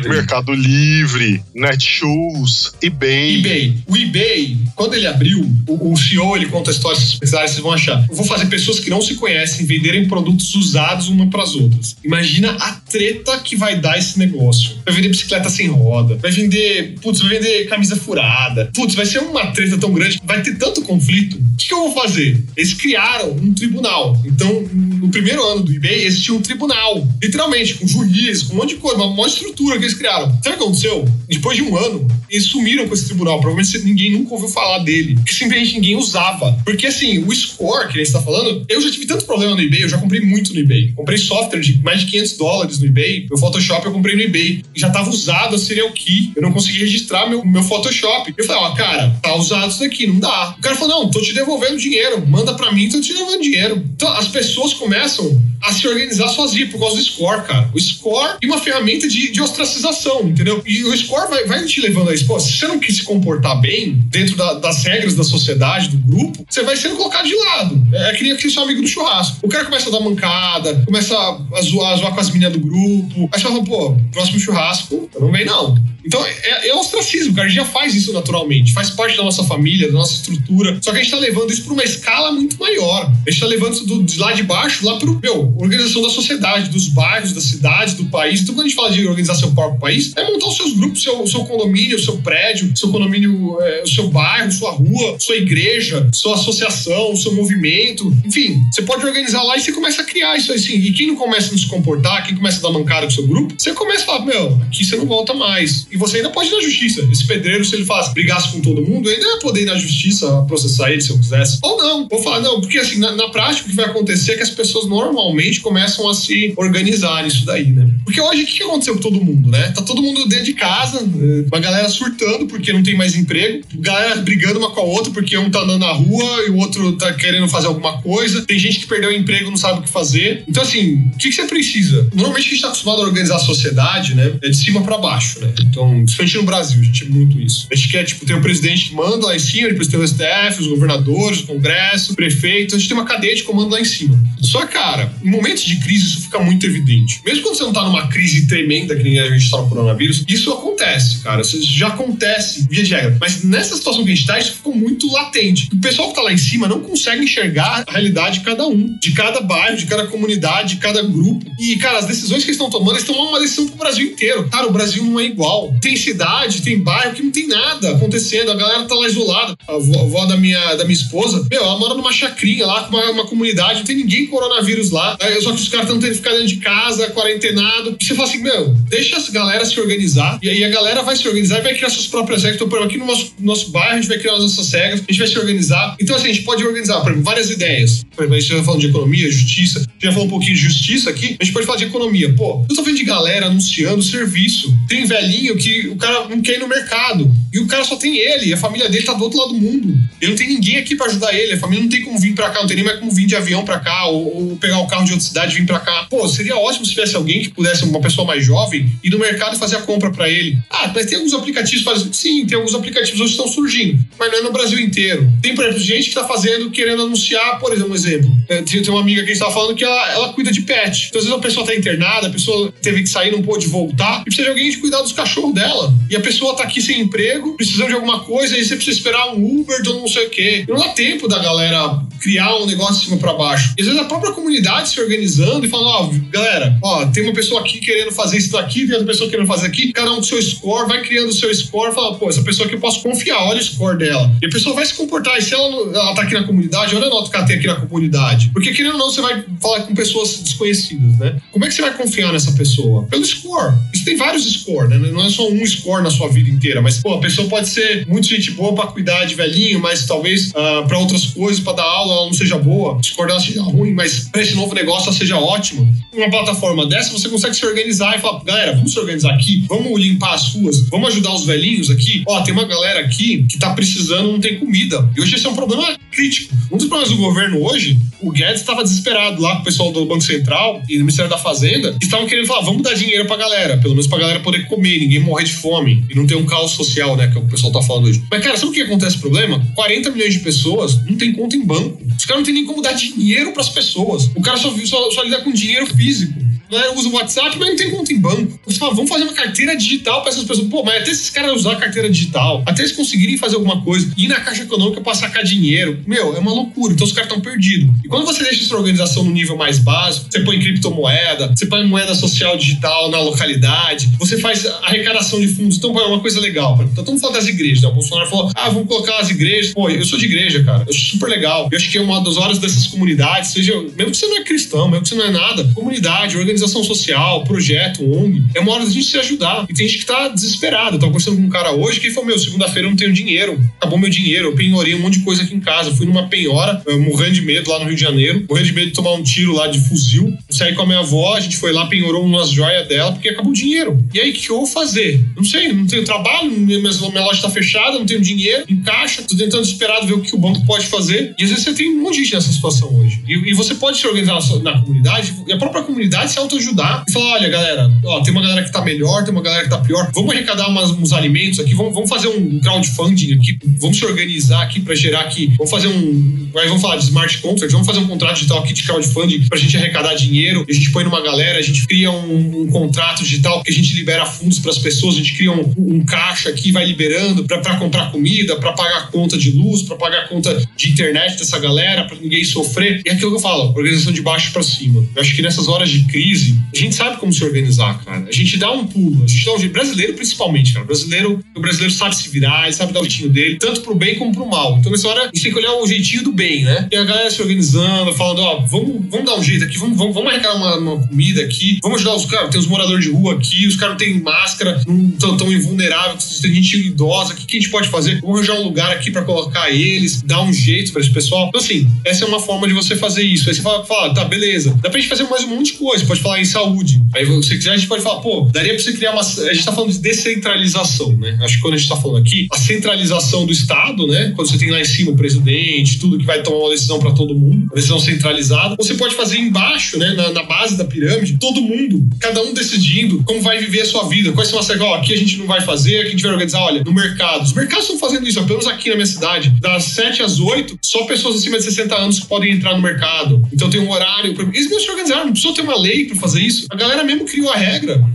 Livre, Netshoes, eBay. O eBay, quando ele abriu, o CEO, ele conta histórias especiais, vocês vão achar. Eu vou fazer pessoas que não se conhecem venderem produtos usados uma pras outras. Imagina a treta que vai dar esse negócio. Vai vender bicicleta sem roda, vai vender camisa furada. Vai ser uma treta tão grande, vai ter tanto conflito. O que eu vou fazer? Eles criaram um tribunal. Então, no primeiro ano do eBay, existia um tribunal. Literalmente, com juiz, com um monte de coisa, uma maior estrutura que eles criaram. Sabe o que aconteceu? Depois de um ano, eles sumiram com esse tribunal. Provavelmente ninguém nunca ouviu falar dele. Porque simplesmente ninguém usava. Porque assim, o score que a gente tá falando, eu já tive tanto problema no eBay, eu já comprei muito no eBay. Comprei software de mais de $500 no eBay. Meu Photoshop eu comprei no eBay. E já tava usado a serial key. Eu não consegui registrar meu Photoshop. Eu falei, cara, tá usado isso daqui, não dá. O cara falou, não, tô te devolvendo dinheiro. Manda pra mim, tô te devolvendo dinheiro. Então, as pessoas começam a se organizar sozinhas por causa do score, cara. O score e uma ferramenta de ostracização, entendeu? E o score vai te levando a isso. Pô, se você não quis se comportar bem dentro das regras da sociedade, do grupo, você vai sendo colocado de lado. É que nem aquele seu amigo do churrasco. O cara começa a dar mancada, começa a zoar com as meninas do grupo. Aí você fala, pô, próximo churrasco, eu não venho não. Então, é ostracismo, cara. A gente já faz isso naturalmente. Faz parte da nossa família, da nossa estrutura. Só que a gente tá levando isso pra uma escala muito maior. A gente tá levando isso de lá de baixo, lá pro, organização da sociedade, dos bairros, das cidades, do país. Então, quando a gente fala de organizar seu próprio país, é montar os seus grupos, o seu condomínio, o seu prédio, seu condomínio, o seu bairro, sua rua, sua igreja, sua associação, o seu movimento. Enfim, você pode organizar lá e você começa a criar isso assim. E quem não começa a não se comportar, quem começa a dar mancada com o seu grupo, você começa a falar, aqui você não volta mais. E você ainda pode ir na justiça. Esse pedreiro, se ele brigasse com todo mundo, ainda ia poder ir na justiça processar ele se eu quisesse. Ou não. Vou falar, não, porque assim, na prática o que vai acontecer é que as pessoas normalmente começam a se organizar nisso daí, né? Porque hoje o que aconteceu com todo mundo, né? Tá todo mundo dentro de casa, uma galera surtando porque não tem mais emprego, galera brigando uma com a outra porque um tá andando na rua e o outro tá querendo fazer alguma coisa, tem gente que perdeu o emprego e não sabe o que fazer. Então assim, o que você precisa? Normalmente a gente tá acostumado a organizar a sociedade, né? É de cima pra baixo, né? Então, principalmente no Brasil, a gente é muito isso. A gente quer, ter o presidente que manda lá em cima, depois tem o STF, os governadores, o Congresso, o prefeito, a gente tem uma cadeia de comando lá em cima. Só, cara, em momentos de crise isso fica muito evidente. Mesmo quando você não tá numa crise tremenda, que nem a gente tá no coronavírus, isso acontece, cara. Isso já acontece, via de regra. Mas nessa situação que a gente tá, isso ficou muito latente. O pessoal que tá lá em cima não consegue enxergar a realidade de cada um, de cada bairro, de cada comunidade, de cada grupo. E, cara, as decisões que eles estão tomando, eles estão tomando uma decisão pro Brasil Brasil inteiro. Cara, o Brasil não é igual. Tem cidade, tem bairro que não tem nada acontecendo. A galera tá lá isolada. A avó da minha esposa, ela mora numa chacrinha lá, com uma comunidade, não tem ninguém com coronavírus lá. Só que os caras estão tendo que ficar dentro de casa, quarentenado. E você fala assim, deixa as galera se organizar. E aí a galera vai se organizar e vai criar suas próprias regras. Então, por exemplo, aqui no nosso bairro, a gente vai criar as nossas regras, a gente vai se organizar. Então, assim, a gente pode organizar, por exemplo, várias ideias. Por exemplo, a gente já falando de economia, justiça. A gente já falou um pouquinho de justiça aqui. A gente pode falar de economia. Pô, eu tô vendo de galera anunciando serviço. Tem velhinho que o cara não quer ir no mercado. E o cara só tem ele. E a família dele tá do outro lado do mundo. Ele não tem ninguém aqui pra ajudar ele. A família não tem como vir pra cá. Não tem nem mais como vir de avião pra cá. Ou pegar o carro de outra cidade e vir pra cá. Pô, seria ótimo se tivesse alguém que pudesse, uma pessoa mais jovem, ir no mercado e fazer a compra pra ele. Mas tem alguns aplicativos que fazem... Sim, tem alguns aplicativos hoje que estão surgindo. Mas não é no Brasil inteiro. Tem, por exemplo, gente que tá fazendo, querendo anunciar, por exemplo, um exemplo. Tem uma amiga que a gente tava falando que ela cuida de pet. Então, às vezes a pessoa tá internada, a pessoa teve que sair, não pôde voltar, e precisa de alguém de cuidar dos cachorros dela. E a pessoa tá aqui sem emprego, precisando de alguma coisa, e aí você precisa esperar um Uber ou não sei o quê. Não dá tempo da galera criar um negócio de cima pra baixo. E às vezes a própria comunidade se organizando e falando, galera, tem uma pessoa aqui querendo fazer isso daqui, tem outra pessoa querendo fazer aqui, cada um com seu score, vai criando o seu score, fala, essa pessoa aqui eu posso confiar, olha o score dela. E a pessoa vai se comportar, e se ela tá aqui na comunidade, olha a nota que ela tem aqui na comunidade. Porque querendo ou não, você vai falar com pessoas desconhecidas, né? Como é que você vai confiar nessa pessoa? Pelo score. Isso tem vários scores, né? Não é só um score na sua vida inteira, mas, a pessoa pode ser muito gente boa pra cuidar de velhinho, mas talvez pra outras coisas, pra dar aula, ela não seja boa, o score dela seja ruim, mas pra esse novo negócio ela seja ótima. Uma plataforma dessa, você consegue se organizar e falar, galera, vamos se organizar aqui, vamos limpar as ruas, vamos ajudar os velhinhos aqui. Tem uma galera aqui que tá precisando, não tem comida. E hoje esse é um problema crítico. Um dos problemas do governo hoje, o Guedes estava desesperado lá com o pessoal do Banco Central e do Ministério da Fazenda, que estavam querendo falar, vamos dar dinheiro pra galera, pelo menos pra galera poder comer, ninguém morrer de fome e não ter um caos social, né, que é o que o pessoal tá falando hoje. Mas, cara, sabe o que acontece o problema? 40 milhões de pessoas não tem conta em banco. Os caras não tem nem como dar dinheiro pras pessoas. O cara só lida com dinheiro físico. Usa o WhatsApp, mas não tem conta em banco. Você fala, vamos fazer uma carteira digital para essas pessoas. Mas até esses caras usar a carteira digital, até eles conseguirem fazer alguma coisa, ir na Caixa Econômica para sacar dinheiro, é uma loucura. Então os caras estão perdidos. E quando você deixa essa organização no nível mais básico, você põe criptomoeda, você põe moeda social digital na localidade, você faz arrecadação de fundos. Então, é uma coisa legal. Então, estamos falando das igrejas, né? O Bolsonaro falou, vamos colocar as igrejas. Eu sou de igreja, cara. Eu acho super legal. Eu acho que é uma das horas dessas comunidades, mesmo que você não é cristão, mesmo que você não é nada, comunidade, organização social, projeto, ONG, é uma hora da gente se ajudar. E tem gente que tá desesperada. Eu tava conversando com um cara hoje que ele falou, segunda-feira eu não tenho dinheiro, acabou meu dinheiro, eu penhorei um monte de coisa aqui em casa, fui numa penhora, morrendo de medo lá no Rio de Janeiro, morrendo de medo de tomar um tiro lá de fuzil, saí com a minha avó, a gente foi lá, penhorou umas joias dela, porque acabou o dinheiro. E aí, o que eu vou fazer? Não sei, não tenho trabalho, minha loja tá fechada, não tenho dinheiro, em caixa, tô tentando desesperado ver o que o banco pode fazer. E às vezes você tem um monte de gente nessa situação hoje. E você pode se organizar na comunidade, e a própria comunidade se autoajudar e falar, olha, galera, tem uma galera que tá melhor, tem uma galera que tá pior, vamos arrecadar uns alimentos aqui, vamos fazer um crowdfunding aqui, vamos se organizar aqui pra gerar aqui, vamos fazer aí vamos falar de smart contract, vamos fazer um contrato digital aqui de crowdfunding pra gente arrecadar dinheiro, a gente põe numa galera, a gente cria um contrato digital que a gente libera fundos pras pessoas, a gente cria um caixa aqui, vai liberando pra comprar comida, pra pagar a conta de luz, pra pagar a conta de internet dessa galera, pra ninguém sofrer. E é aquilo que eu falo, organização de baixo pra cima. Eu acho que nessas horas de crise, a gente sabe como se organizar, cara. A gente dá um pulo, a gente dá um jeito. Brasileiro, principalmente, cara. O brasileiro sabe se virar, ele sabe dar o jeitinho dele, tanto pro bem como pro mal. Então, nessa hora, a gente tem que olhar o jeitinho do bem, né? E a galera se organizando, falando, vamos dar um jeito aqui, vamos arrecadar uma comida aqui, vamos ajudar os caras. Tem os moradores de rua aqui, os caras não têm máscara, não estão tão invulneráveis, tem gente idosa, o que a gente pode fazer? Vamos arranjar um lugar aqui pra colocar eles, dar um jeito pra esse pessoal. Então, assim, essa é uma forma de você fazer isso. Aí você fala, tá, beleza. Dá pra gente fazer mais um monte de coisa. Pode falar em saúde. Aí, se você quiser, a gente pode falar, daria pra você criar uma... A gente tá falando de descentralização, né? Acho que quando a gente tá falando aqui, a centralização do Estado, né? Quando você tem lá em cima o presidente, tudo que vai tomar uma decisão pra todo mundo, uma decisão centralizada. Você pode fazer embaixo, né? Na base da pirâmide, todo mundo, cada um decidindo como vai viver a sua vida. Quais são as regras? Aqui a gente não vai fazer, aqui a gente vai organizar, olha, no mercado. Os mercados estão fazendo isso, pelo menos aqui na minha cidade. Das 7 às 8, só pessoas acima de 60 anos que podem entrar no mercado. Então tem um horário. Eles mesmo se organizaram, não precisou ter uma lei pra fazer isso. A galera mesmo criou a regra.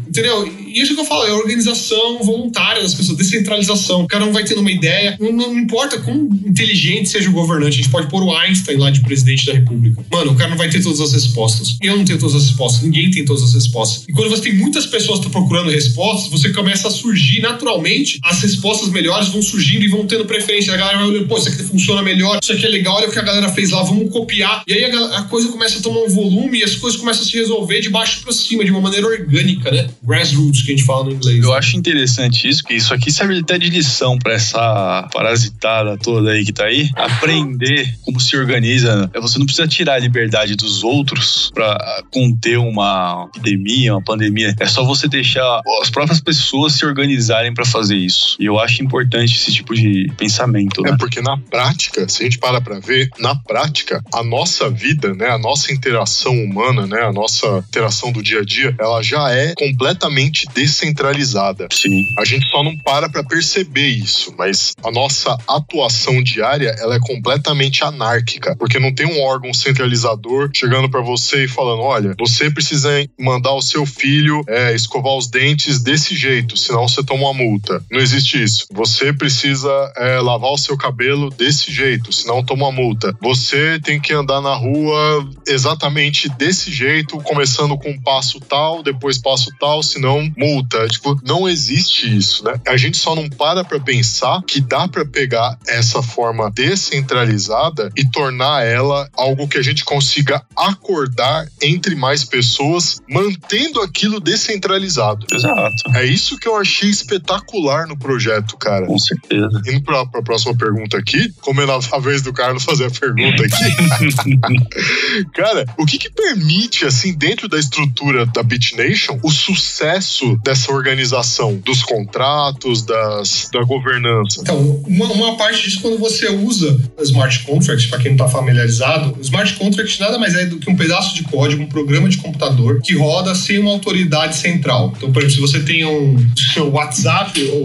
entendeu? E isso que eu falo, é a organização voluntária das pessoas, descentralização. O cara não vai tendo uma ideia, não importa quão inteligente seja o governante, a gente pode pôr o Einstein lá de presidente da República. Mano, o cara não vai ter todas as respostas. Eu não tenho todas as respostas, ninguém tem todas as respostas. E quando você tem muitas pessoas que estão procurando respostas, você começa a surgir naturalmente, as respostas melhores vão surgindo e vão tendo preferência. A galera vai olhando, pô, isso aqui funciona melhor, isso aqui é legal, olha o que a galera fez lá, vamos copiar. E aí a coisa começa a tomar um volume e as coisas começam a se resolver de baixo pra cima, de uma maneira orgânica, né? Grassroots, que a gente fala no inglês. Eu acho interessante isso, que isso aqui serve até de lição pra essa parasitada toda aí que tá aí. Aprender como se organiza. Você não precisa tirar a liberdade dos outros pra conter uma epidemia, uma pandemia. É só você deixar as próprias pessoas se organizarem pra fazer isso. E eu acho importante esse tipo de pensamento, né? É porque na prática, se a gente para pra ver, na prática, a nossa vida, né, a nossa interação humana, né, a nossa interação do dia a dia, ela já é completamente descentralizada. Sim. A gente só não para pra perceber isso, mas a nossa atuação diária, ela é completamente anárquica, porque não tem um órgão centralizador chegando pra você e falando, olha, você precisa mandar o seu filho escovar os dentes desse jeito, senão você toma uma multa. Não existe isso. Você precisa lavar o seu cabelo desse jeito, senão toma uma multa. Você tem que andar na rua exatamente desse jeito, começando com passo tal, depois passo tal, senão multa. Tipo, não existe isso, né? A gente só não para pra pensar que dá pra pegar essa forma descentralizada e tornar ela algo que a gente consiga acordar entre mais pessoas, mantendo aquilo descentralizado. Exato. É isso que eu achei espetacular no projeto, cara. Com certeza. Indo pra próxima pergunta aqui, como é a vez do Carlos fazer a pergunta aqui. Cara, o que permite, assim, dentro da estrutura da BitNation, o sucesso dessa organização, dos contratos, da governança? Então, uma parte disso, quando você usa smart contracts, para quem não está familiarizado, o smart contract nada mais é do que um pedaço de código, um programa de computador que roda sem uma autoridade central. Então, por exemplo, se você tem seu WhatsApp ou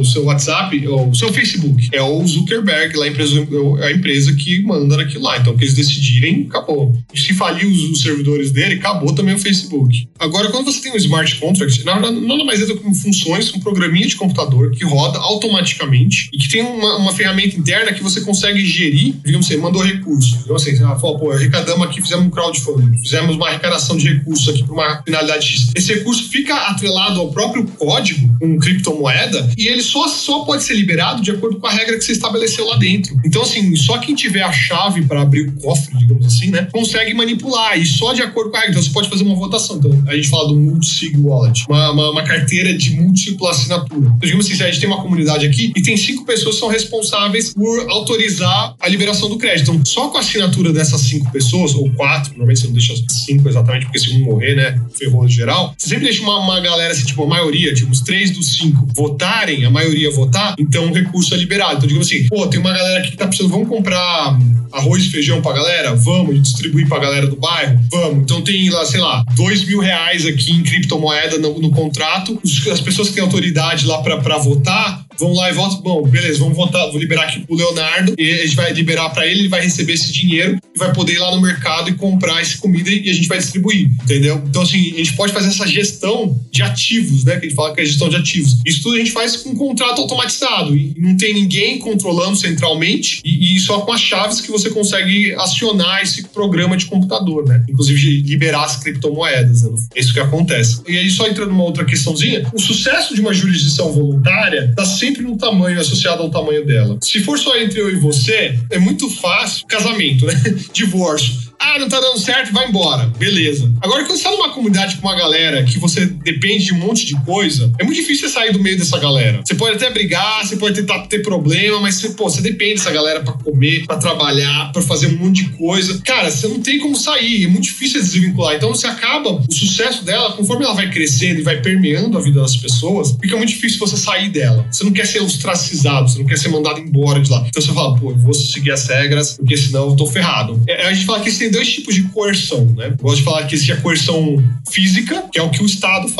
o seu Facebook, é o Zuckerberg, lá a empresa que manda naquilo lá. Então, o que eles decidirem, acabou. E se falir os servidores dele, acabou também o Facebook. Agora, quando você tem um smart contract, na verdade, nada mais é do que funções, um programinha de computador que roda automaticamente e que tem uma ferramenta interna que você consegue gerir, digamos assim, mandou recursos. Então, assim, pô, arrecadamos aqui, fizemos um crowdfunding, fizemos uma arrecadação de recursos aqui para uma finalidade X. Esse recurso fica atrelado ao próprio código, com criptomoeda, e ele só pode ser liberado de acordo com a regra que você estabeleceu lá dentro. Então, assim, só quem tiver a chave para abrir o cofre, digamos assim, né, consegue manipular, e só de acordo com a regra. Então, você pode fazer uma votação. Então, a gente fala do multi-sig wallet, uma carteira de múltipla assinatura. Então, digamos assim, se a gente tem uma comunidade aqui e tem 5 pessoas que são responsáveis por autorizar a liberação do crédito. Então, só com a assinatura dessas 5 pessoas, ou 4, normalmente você não deixa 5 exatamente, porque se um morrer, né, ferrou geral, você sempre deixa uma galera, assim, tipo, a maioria, tipo, os 3 dos 5 votarem, a maioria votar, então o recurso é liberado. Então, digamos assim, pô, tem uma galera aqui que tá precisando, vamos comprar arroz e feijão pra galera? Vamos, e distribuir pra galera do bairro? Vamos. Então tem lá, sei lá, R$2.000 aqui em criptomoeda no contrato, as pessoas que têm autoridade lá pra votar, vão lá e votam, bom, beleza, vamos votar, vou liberar aqui pro Leonardo, e a gente vai liberar pra ele vai receber esse dinheiro e vai poder ir lá no mercado e comprar essa comida e a gente vai distribuir, entendeu? Então, assim, a gente pode fazer essa gestão de ativos, né, que a gente fala que é gestão de ativos. Isso tudo a gente faz com um contrato automatizado e não tem ninguém controlando centralmente e só com as chaves que você consegue acionar esse programa de computador, né? Inclusive liberar as criptomoedas, né? É isso que acontece. E aí, só entrando numa outra questãozinha, o sucesso de uma jurisdição voluntária está sempre no tamanho, associado ao tamanho dela. Se for só entre eu e você, é muito fácil. Casamento, né? Divórcio. Ah, não tá dando certo, vai embora. Beleza. Agora, quando você tá numa comunidade com uma galera que você depende de um monte de coisa, é muito difícil você sair do meio dessa galera. Você pode até brigar, você pode ter problema, mas você depende dessa galera pra comer, pra trabalhar, pra fazer um monte de coisa. Cara, você não tem como sair, é muito difícil se desvincular. Então, você acaba, o sucesso dela, conforme ela vai crescendo e vai permeando a vida das pessoas, fica muito difícil você sair dela. Você não quer ser ostracizado, você não quer ser mandado embora de lá. Então, você fala, pô, eu vou seguir as regras, porque senão eu tô ferrado. A gente fala que tem 2 tipos de coerção, né? Eu gosto de falar que existe a coerção física, que é o que o Estado faz.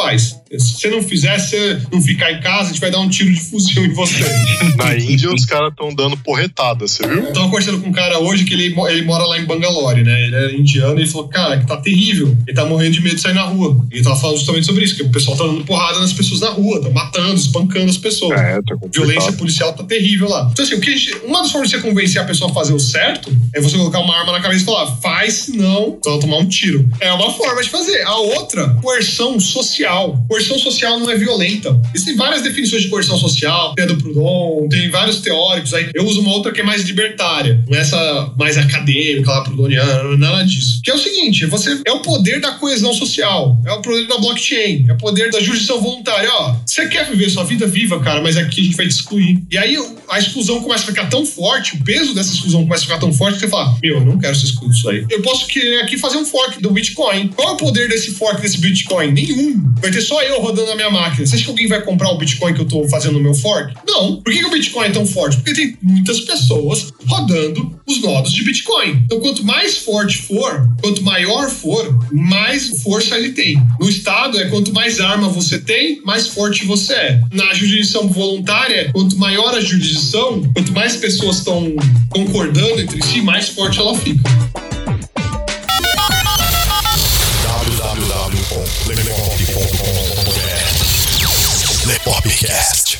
Se você não fizer, se você não ficar em casa, a gente vai dar um tiro de fuzil em você. Na Índia, os caras estão dando porretada, você viu? Eu tava conversando com um cara hoje que ele mora lá em Bangalore, né? Ele é indiano e ele falou, cara, que tá terrível. Ele tá morrendo de medo de sair na rua. E ele tava falando justamente sobre isso, que o pessoal tá dando porrada nas pessoas na rua, tá matando, espancando as pessoas. Tá complicado. Violência policial tá terrível lá. Então, assim, uma das formas de você convencer a pessoa a fazer o certo é você colocar uma arma na cabeça e falar, faz, senão você vai tomar um tiro. É uma forma de fazer. A outra, coerção social. Coerção social não é violenta. Existem várias definições de coerção social. Tem a do Proudhon, tem vários teóricos aí. Eu uso uma outra que é mais libertária. Não é essa mais acadêmica, lá, proudhoniana, nada disso. Que é o seguinte, é o poder da coesão social. É o poder da blockchain. É o poder da jurisdição voluntária. Ó, você quer viver sua vida viva, cara, mas aqui a gente vai te excluir. E aí a exclusão começa a ficar tão forte, o peso dessa exclusão começa a ficar tão forte que você fala, eu não quero ser excluído disso aí. Eu posso querer aqui fazer um fork do Bitcoin. Qual é o poder desse fork desse Bitcoin? Nenhum. Vai ter só eu rodando na minha máquina. Você acha que alguém vai comprar o Bitcoin que eu tô fazendo no meu fork? Não. Por que o Bitcoin é tão forte? Porque tem muitas pessoas rodando os nodos de Bitcoin. Então, quanto mais forte for, quanto maior for, mais força ele tem. No Estado, quanto mais arma você tem, mais forte você é. Na jurisdição voluntária, quanto maior a jurisdição, quanto mais pessoas estão concordando entre si, mais forte ela fica. www.lepopcast. Lepopcast.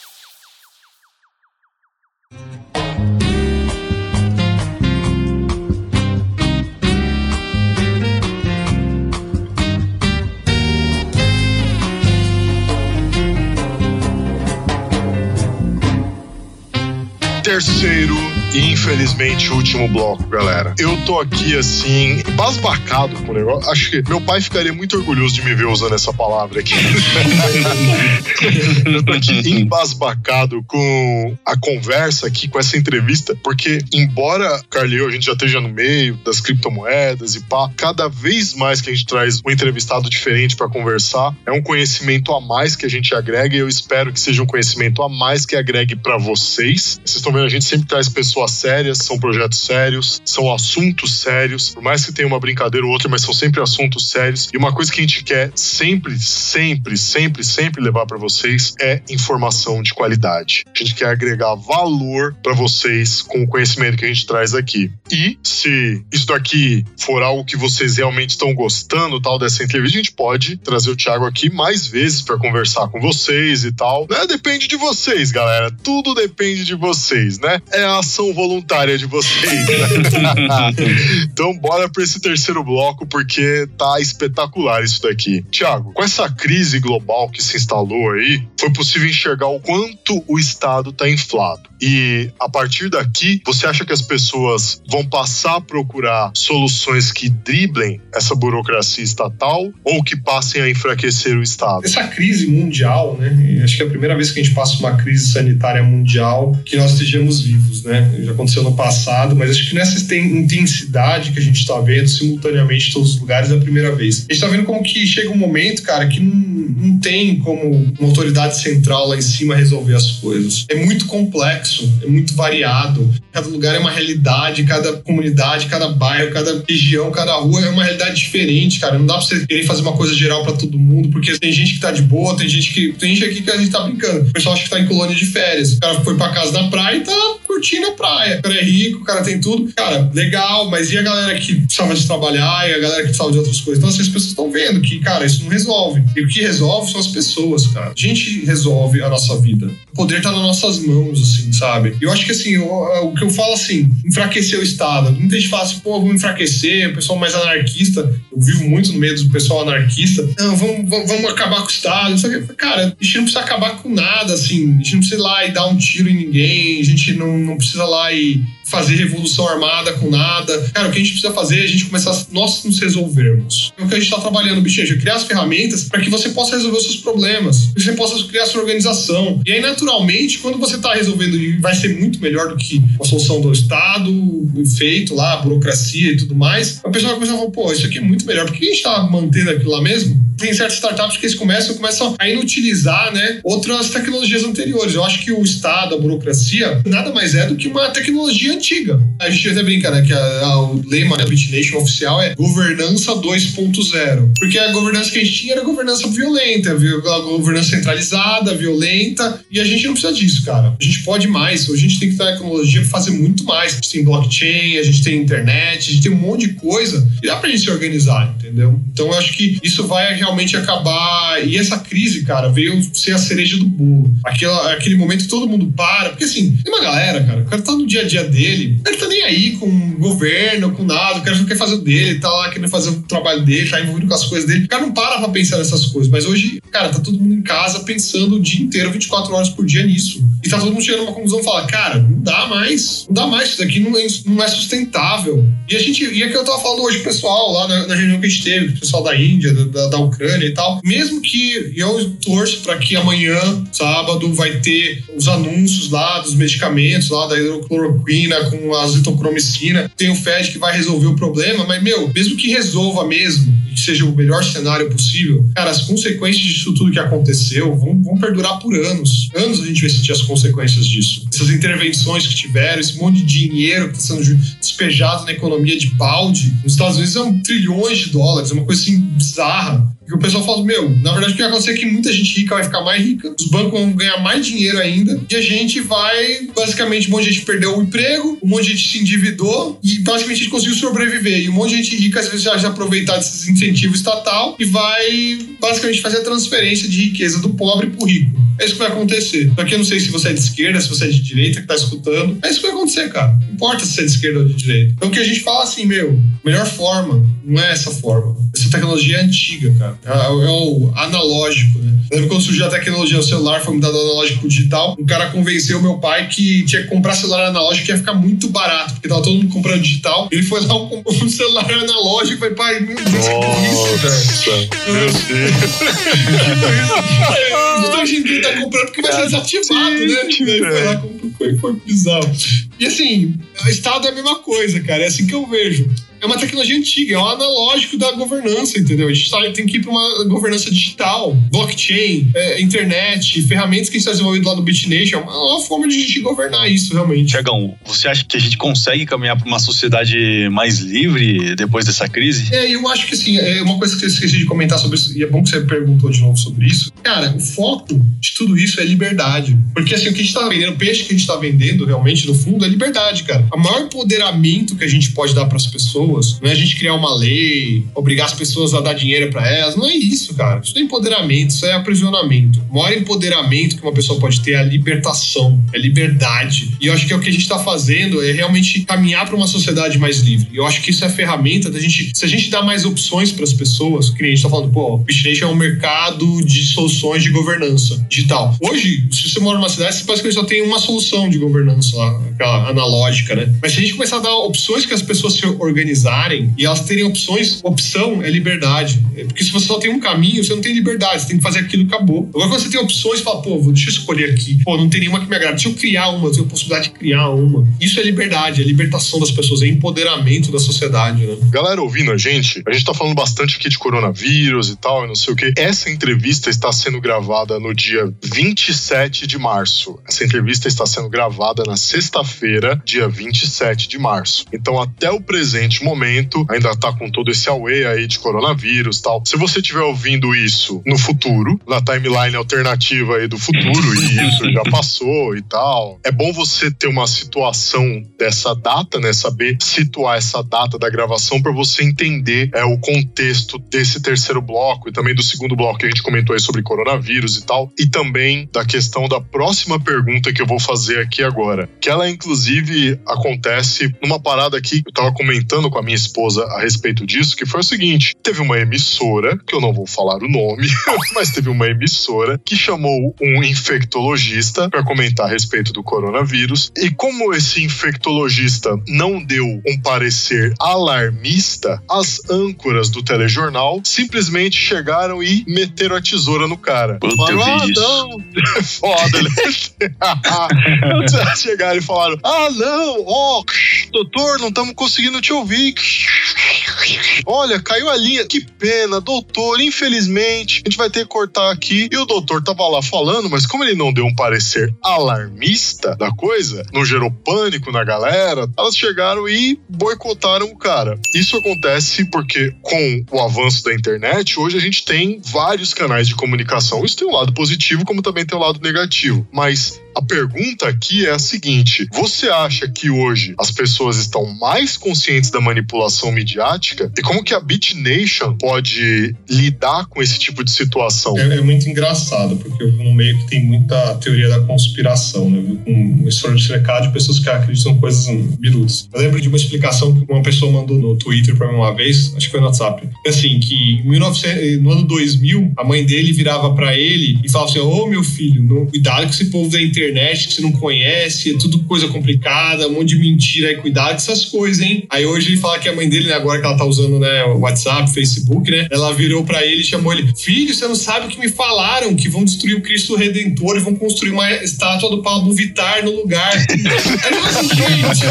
Terceiro e infelizmente último bloco, galera. Eu tô aqui assim, embasbacado com o negócio. Acho que meu pai ficaria muito orgulhoso de me ver usando essa palavra aqui. Eu tô aqui embasbacado com a conversa aqui, com essa entrevista, porque embora, Carlinhos, a gente já esteja no meio das criptomoedas e pá, cada vez mais que a gente traz um entrevistado diferente pra conversar, é um conhecimento a mais que a gente agrega, e eu espero que seja um conhecimento a mais que agregue pra vocês. Vocês estão vendo, a gente sempre traz pessoas sérias, são projetos sérios, são assuntos sérios, por mais que tenha uma brincadeira ou outra, mas são sempre assuntos sérios. E uma coisa que a gente quer sempre levar pra vocês é informação de qualidade. A gente quer agregar valor pra vocês com o conhecimento que a gente traz aqui. E se isso daqui for algo que vocês realmente estão gostando, tal, dessa entrevista, a gente pode trazer o Thiago aqui mais vezes pra conversar com vocês e tal. Né? Depende de vocês, galera. Tudo depende de vocês, né? É a ação voluntária de vocês. Né? Então, bora pra esse terceiro bloco, porque tá espetacular isso daqui. Thiago, com essa crise global que se instalou aí, foi possível enxergar o quanto o Estado tá inflado. E a partir daqui, você acha que as pessoas vão passar a procurar soluções que driblem essa burocracia estatal ou que passem a enfraquecer o Estado? Essa crise mundial, né? Acho que é a primeira vez que a gente passa uma crise sanitária mundial que nós estejamos vivos, né? Já aconteceu no passado, mas acho que nessa intensidade que a gente está vendo simultaneamente em todos os lugares é a primeira vez. A gente está vendo como que chega um momento, cara, que não tem como uma autoridade central lá em cima resolver as coisas. É muito complexo, é muito variado. Cada lugar é uma realidade, cada comunidade, cada bairro, cada região, cada rua é uma realidade diferente, cara. Não dá pra você querer fazer uma coisa geral pra todo mundo, porque tem gente que tá de boa, tem gente aqui que a gente tá brincando. O pessoal acha que tá em colônia de férias. O cara foi pra casa na praia e tá curtindo a praia. O cara é rico, o cara tem tudo. Cara, legal, mas e a galera que precisava de trabalhar, e a galera que precisava de outras coisas? Então, assim, as pessoas estão vendo que, cara, isso não resolve. E o que resolve são as pessoas, cara. A gente resolve a nossa vida. O poder tá nas nossas mãos, assim, sabe? E eu acho que, assim, o que eu falo, assim, enfraquecer o Estado. Muita gente fala assim, pô, vamos enfraquecer, o pessoal mais anarquista. Eu vivo muito no meio do pessoal anarquista. Não, vamos acabar com o Estado. Cara, a gente não precisa acabar com nada, assim. A gente não precisa ir lá e dar um tiro em ninguém. A gente não precisa lá e fazer revolução armada com nada. Cara, o que a gente precisa fazer é a gente começar nós nos resolvermos. É o que a gente está trabalhando, bichinho, é criar as ferramentas para que você possa resolver os seus problemas, que você possa criar a sua organização. E aí, naturalmente, quando você está resolvendo, e vai ser muito melhor do que a solução do Estado, feito lá, a burocracia e tudo mais, a pessoa vai começar a falar, pô, isso aqui é muito melhor. Por que a gente está mantendo aquilo lá mesmo? tem certas startups que eles começam a inutilizar, né, outras tecnologias anteriores. Eu acho que o Estado, a burocracia, nada mais é do que uma tecnologia antiga. A gente até brinca, né, que o lema da BitNation oficial é governança 2.0. Porque a governança que a gente tinha era governança violenta, a governança centralizada, violenta, e a gente não precisa disso, cara. A gente pode mais. Hoje a gente tem que ter tecnologia para fazer muito mais. A gente tem blockchain, a gente tem internet, a gente tem um monte de coisa e dá pra gente se organizar, entendeu? Então eu acho que isso vai realmente acabar. E essa crise, cara, veio ser a cereja do bolo. Aquele momento que todo mundo para. Porque assim, tem uma galera, cara, o cara tá no dia a dia dele, ele tá nem aí com o governo, com nada, o cara só quer fazer o dele, tá lá querendo fazer o trabalho dele, tá envolvido com as coisas dele. O cara não para pra pensar nessas coisas. Mas hoje, cara, tá todo mundo em casa pensando o dia inteiro, 24 horas por dia nisso. E tá todo mundo chegando a uma conclusão e fala, cara, não dá mais, isso daqui não é sustentável. E é que eu tava falando hoje com o pessoal lá na reunião que a gente teve, com o pessoal da Índia, da Ucrânia e tal, mesmo que eu torço pra que amanhã, sábado, vai ter os anúncios lá dos medicamentos lá da hidrocloroquina com a azitromicina, tem o FED que vai resolver o problema, mas, mesmo que resolva mesmo, e que seja o melhor cenário possível, cara, as consequências disso tudo que aconteceu vão perdurar por anos. Anos a gente vai sentir as consequências disso. Essas intervenções que tiveram, esse monte de dinheiro que está sendo despejado na economia de balde, nos Estados Unidos são trilhões de dólares, é uma coisa assim bizarra. E o pessoal fala, na verdade o que vai acontecer é que muita gente rica vai ficar mais rica, os bancos vão ganhar mais dinheiro ainda, e a gente vai, basicamente, um monte de gente perdeu o emprego, um monte de gente se endividou, e basicamente a gente conseguiu sobreviver. E um monte de gente rica, às vezes, já vai aproveitar desses incentivos estatal e vai, basicamente, fazer a transferência de riqueza do pobre pro rico. É isso que vai acontecer. Só que eu não sei se você é de esquerda, se você é de direita, que tá escutando. É isso que vai acontecer, cara. Não importa se você é de esquerda ou de direita. Então o que a gente fala assim, melhor forma, não é essa forma. Essa tecnologia é antiga, cara. É o analógico, né? Lembra quando surgiu a tecnologia, o celular foi mudado do analógico pro digital? Um cara convenceu meu pai que tinha que comprar celular analógico que ia ficar muito barato, porque tava todo mundo comprando digital. Ele foi lá, comprou um celular analógico e falei, pai, meu Deus, que isso, velho? Meu Deus. Então a gente tá comprando porque vai ser desativado, né? Aí foi lá, comprou e foi bizarro. E assim, o Estado é a mesma coisa, cara. É assim que eu vejo. É uma tecnologia antiga, é um analógico da governança, entendeu? A gente tem que ir para uma governança digital, blockchain, internet, ferramentas que a gente está desenvolvendo lá no BitNation. É uma forma de a gente governar isso, realmente. Tiagão, você acha que a gente consegue caminhar para uma sociedade mais livre depois dessa crise? Eu acho que assim, é uma coisa que eu esqueci de comentar sobre isso, e é bom que você perguntou de novo sobre isso. Cara, o foco de tudo isso é liberdade. Porque assim, o que a gente está vendendo, o peixe que a gente está vendendo realmente, no fundo, é liberdade, cara. O maior empoderamento que a gente pode dar para as pessoas não é a gente criar uma lei, obrigar as pessoas a dar dinheiro pra elas, não é isso, cara. Isso não é empoderamento, isso é aprisionamento. O maior empoderamento que uma pessoa pode ter é a libertação, é liberdade. E eu acho que é o que a gente tá fazendo, é realmente caminhar pra uma sociedade mais livre. E eu acho que isso é a ferramenta da gente, se a gente dá mais opções pras pessoas, que nem a gente tá falando, o BitNation é um mercado de soluções de governança digital. Hoje, se você mora numa cidade, você basicamente só tem uma solução de governança lá, aquela analógica, né? Mas se a gente começar a dar opções que as pessoas se organizarem e elas terem opções, opção é liberdade. Porque se você só tem um caminho, você não tem liberdade, você tem que fazer aquilo e acabou. Agora quando você tem opções, você fala, deixa eu escolher aqui. Não tem nenhuma que me agrada, deixa eu criar uma, eu tenho a possibilidade de criar uma. Isso é liberdade, é libertação das pessoas, é empoderamento da sociedade, né? Galera ouvindo a gente tá falando bastante aqui de coronavírus e tal, e não sei o quê. Essa entrevista está sendo gravada no dia 27 de março. Essa entrevista está sendo gravada na sexta-feira, dia 27 de março. Então, até o presente momento, ainda tá com todo esse auê aí de coronavírus e tal. Se você estiver ouvindo isso no futuro, na timeline alternativa aí do futuro, e isso já passou e tal, é bom você ter uma situação dessa data, né? Saber situar essa data da gravação para você entender o contexto desse terceiro bloco e também do segundo bloco que a gente comentou aí sobre coronavírus e tal, e também da questão da próxima pergunta que eu vou fazer aqui agora, que ela inclusive acontece numa parada aqui, eu tava comentando com a minha esposa a respeito disso, que foi o seguinte: teve uma emissora, que eu não vou falar o nome, mas teve uma emissora que chamou um infectologista para comentar a respeito do coronavírus, e como esse infectologista não deu um parecer alarmista, as âncoras do telejornal simplesmente chegaram e meteram a tesoura no cara. Falaram, não, foda, né? Chegaram e falaram, não, doutor, não estamos conseguindo te ouvir. aí, olha, caiu a linha, que pena, doutor, infelizmente, a gente vai ter que cortar aqui. E o doutor tava lá falando, mas como ele não deu um parecer alarmista da coisa, não gerou pânico na galera, elas chegaram e boicotaram o cara. Isso acontece porque com o avanço da internet, hoje a gente tem vários canais de comunicação. Isso tem um lado positivo, como também tem um lado negativo. Mas a pergunta aqui é a seguinte: você acha que hoje as pessoas estão mais conscientes da manipulação midiática? E como que a BitNation pode lidar com esse tipo de situação? É muito engraçado, porque eu vi no meio que tem muita teoria da conspiração, né? Com uma história de cercado de pessoas que acreditam em coisas birutas. Eu lembro de uma explicação que uma pessoa mandou no Twitter pra mim uma vez, acho que foi no WhatsApp, assim, que no ano 2000, a mãe dele virava pra ele e falava assim: ô meu filho, cuidado com esse povo da internet que você não conhece, é tudo coisa complicada, um monte de mentira aí, cuidado com essas coisas, hein? Aí hoje ele fala que a mãe dele, né, agora que ela tá usando, né, o WhatsApp, Facebook, né, ela virou pra ele e chamou ele: filho, você não sabe o que me falaram, que vão destruir o Cristo Redentor e vão construir uma estátua do Pablo Vittar no lugar. Aí eu assim, gente,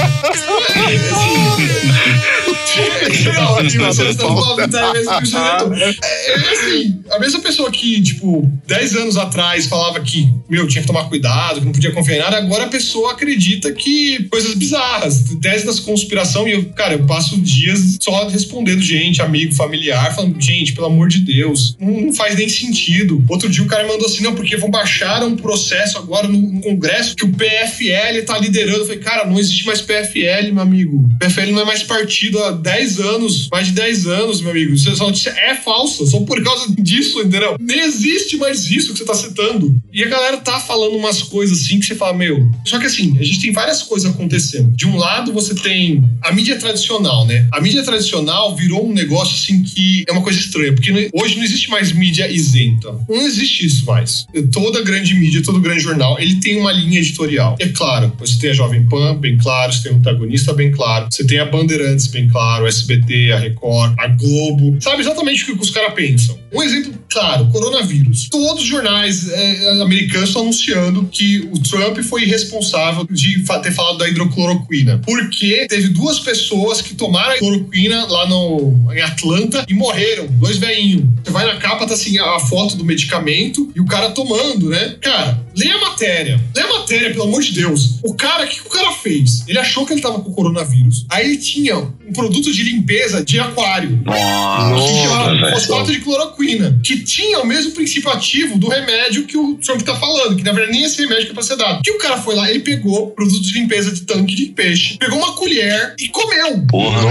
assim, a mesma pessoa que, tipo, 10 anos atrás falava que, tinha que tomar cuidado, que não podia confiar em nada, agora a pessoa acredita que coisas bizarras, tese da conspiração, e eu passo dias só respondendo gente, amigo, familiar, falando: gente, pelo amor de Deus, não faz nem sentido. Outro dia o cara mandou assim: não, porque baixar um processo agora no Congresso que o PFL tá liderando. Eu falei: cara, não existe mais PFL, meu amigo. PFL não é mais partido há 10 anos, mais de 10 anos, meu amigo. Essa notícia é falsa, só por causa disso, entendeu? Nem existe mais isso que você tá citando. E a galera tá falando umas coisas assim que você fala: só que assim, a gente tem várias coisas acontecendo. De um lado você tem a mídia tradicional, né? A mídia tradicional virou um negócio assim que é uma coisa estranha, porque hoje não existe mais mídia isenta. Não existe isso mais. Toda grande mídia, todo grande jornal, ele tem uma linha editorial. É claro, você tem a Jovem Pan, bem claro, você tem o Antagonista, bem claro, você tem a Bandeirantes, bem claro, o SBT, a Record, a Globo, sabe exatamente o que os caras pensam. Um exemplo claro: coronavírus. Todos os jornais americanos estão anunciando que o Trump foi responsável de ter falado da hidrocloroquina, porque teve 2 pessoas que tomaram a cloroquina lá em Atlanta e morreram, 2 velhinhos. Você vai na capa, tá assim a foto do medicamento e o cara tomando, né? Cara, lê a matéria, pelo amor de Deus. O que o cara fez? Ele achou que ele tava com coronavírus. Aí ele tinha um produto de limpeza de aquário, que chama fosfato de cloroquina, que tinha o mesmo princípio ativo do remédio que o Trump tá falando, que na verdade nem esse remédio que é pra ser dado. Que o cara foi lá, ele pegou produto de limpeza de tanque de peixe, pegou uma colher e comeu.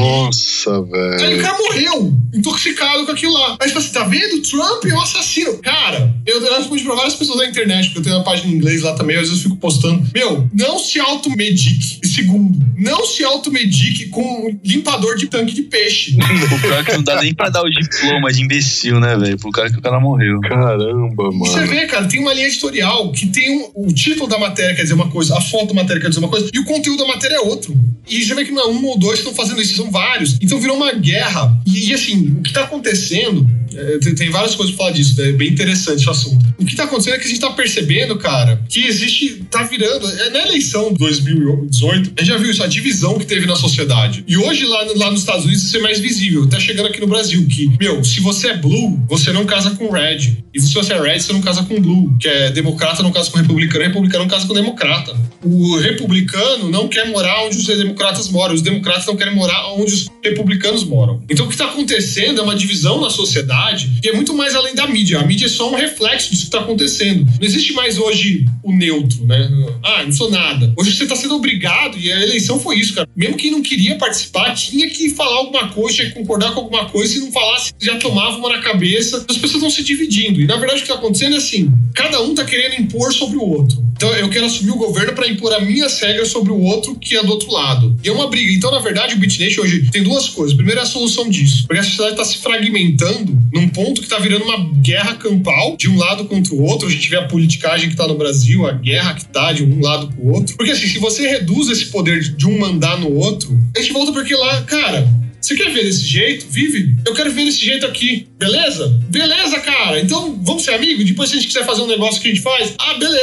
Nossa, velho. Aí o cara morreu, intoxicado com aquilo lá. Aí tipo assim, tá vendo? Trump é um assassino. Cara, eu respondi pra várias pessoas da internet, porque eu tenho uma página em inglês lá também, às vezes eu fico postando: não se automedique. E segundo, não se automedique com limpador de tanque de peixe. O pior que não dá nem pra dar o diploma de imbecil, né, velho? Pro cara que o cara morreu. Caramba, mano. E você vê, cara, tem uma linha editorial que tem o título da matéria quer dizer uma coisa, a foto da matéria quer dizer uma coisa, e o conteúdo da matéria é outro. E você vê que não é um ou dois que estão fazendo isso, são vários. Então virou uma guerra. E assim, o que tá acontecendo, tem várias coisas pra falar disso, é bem interessante esse assunto. O que tá acontecendo é que a gente tá percebendo, cara, que existe, tá virando, na eleição de 2018, a gente já viu isso, a divisão que teve na sociedade. E hoje lá nos Estados Unidos isso é mais visível, tá chegando aqui no Brasil, que, se você é blue, você não casa com red. E se você é red, você não casa com blue, que é democrata não casa com republicano, republicano não casa com democrata. O republicano não quer morar onde os democratas moram, os democratas não querem morar onde os republicanos moram. Então o que está acontecendo é uma divisão na sociedade que é muito mais além da mídia. A mídia é só um reflexo disso que está acontecendo. Não existe mais hoje o neutro, né? Não sou nada. Hoje você está sendo obrigado, e a eleição foi isso, cara. Mesmo quem não queria participar, tinha que falar alguma coisa, tinha que concordar com alguma coisa, se não falasse, já tomava uma na cabeça. As pessoas estão se dividindo. E na verdade o que está acontecendo é assim, cada um está querendo impor sobre o outro. Então eu quero assumir o governo para impor as minhas regras sobre o outro que é do outro lado. E é uma briga. Então, na verdade, o BitNation hoje tem 2 coisas. Primeiro é a solução disso. Porque a sociedade está se fragmentando num ponto que está virando uma guerra campal de um lado contra o outro. A gente vê a politicagem que está no Brasil, a guerra que está de um lado pro outro. Porque assim, se você reduz esse poder de um mandar no outro, a gente volta porque lá, cara... Você quer ver desse jeito? Vive. Eu quero ver desse jeito aqui. Beleza? Beleza, cara. Então, vamos ser amigos? Depois, se a gente quiser fazer um negócio que a gente faz, beleza.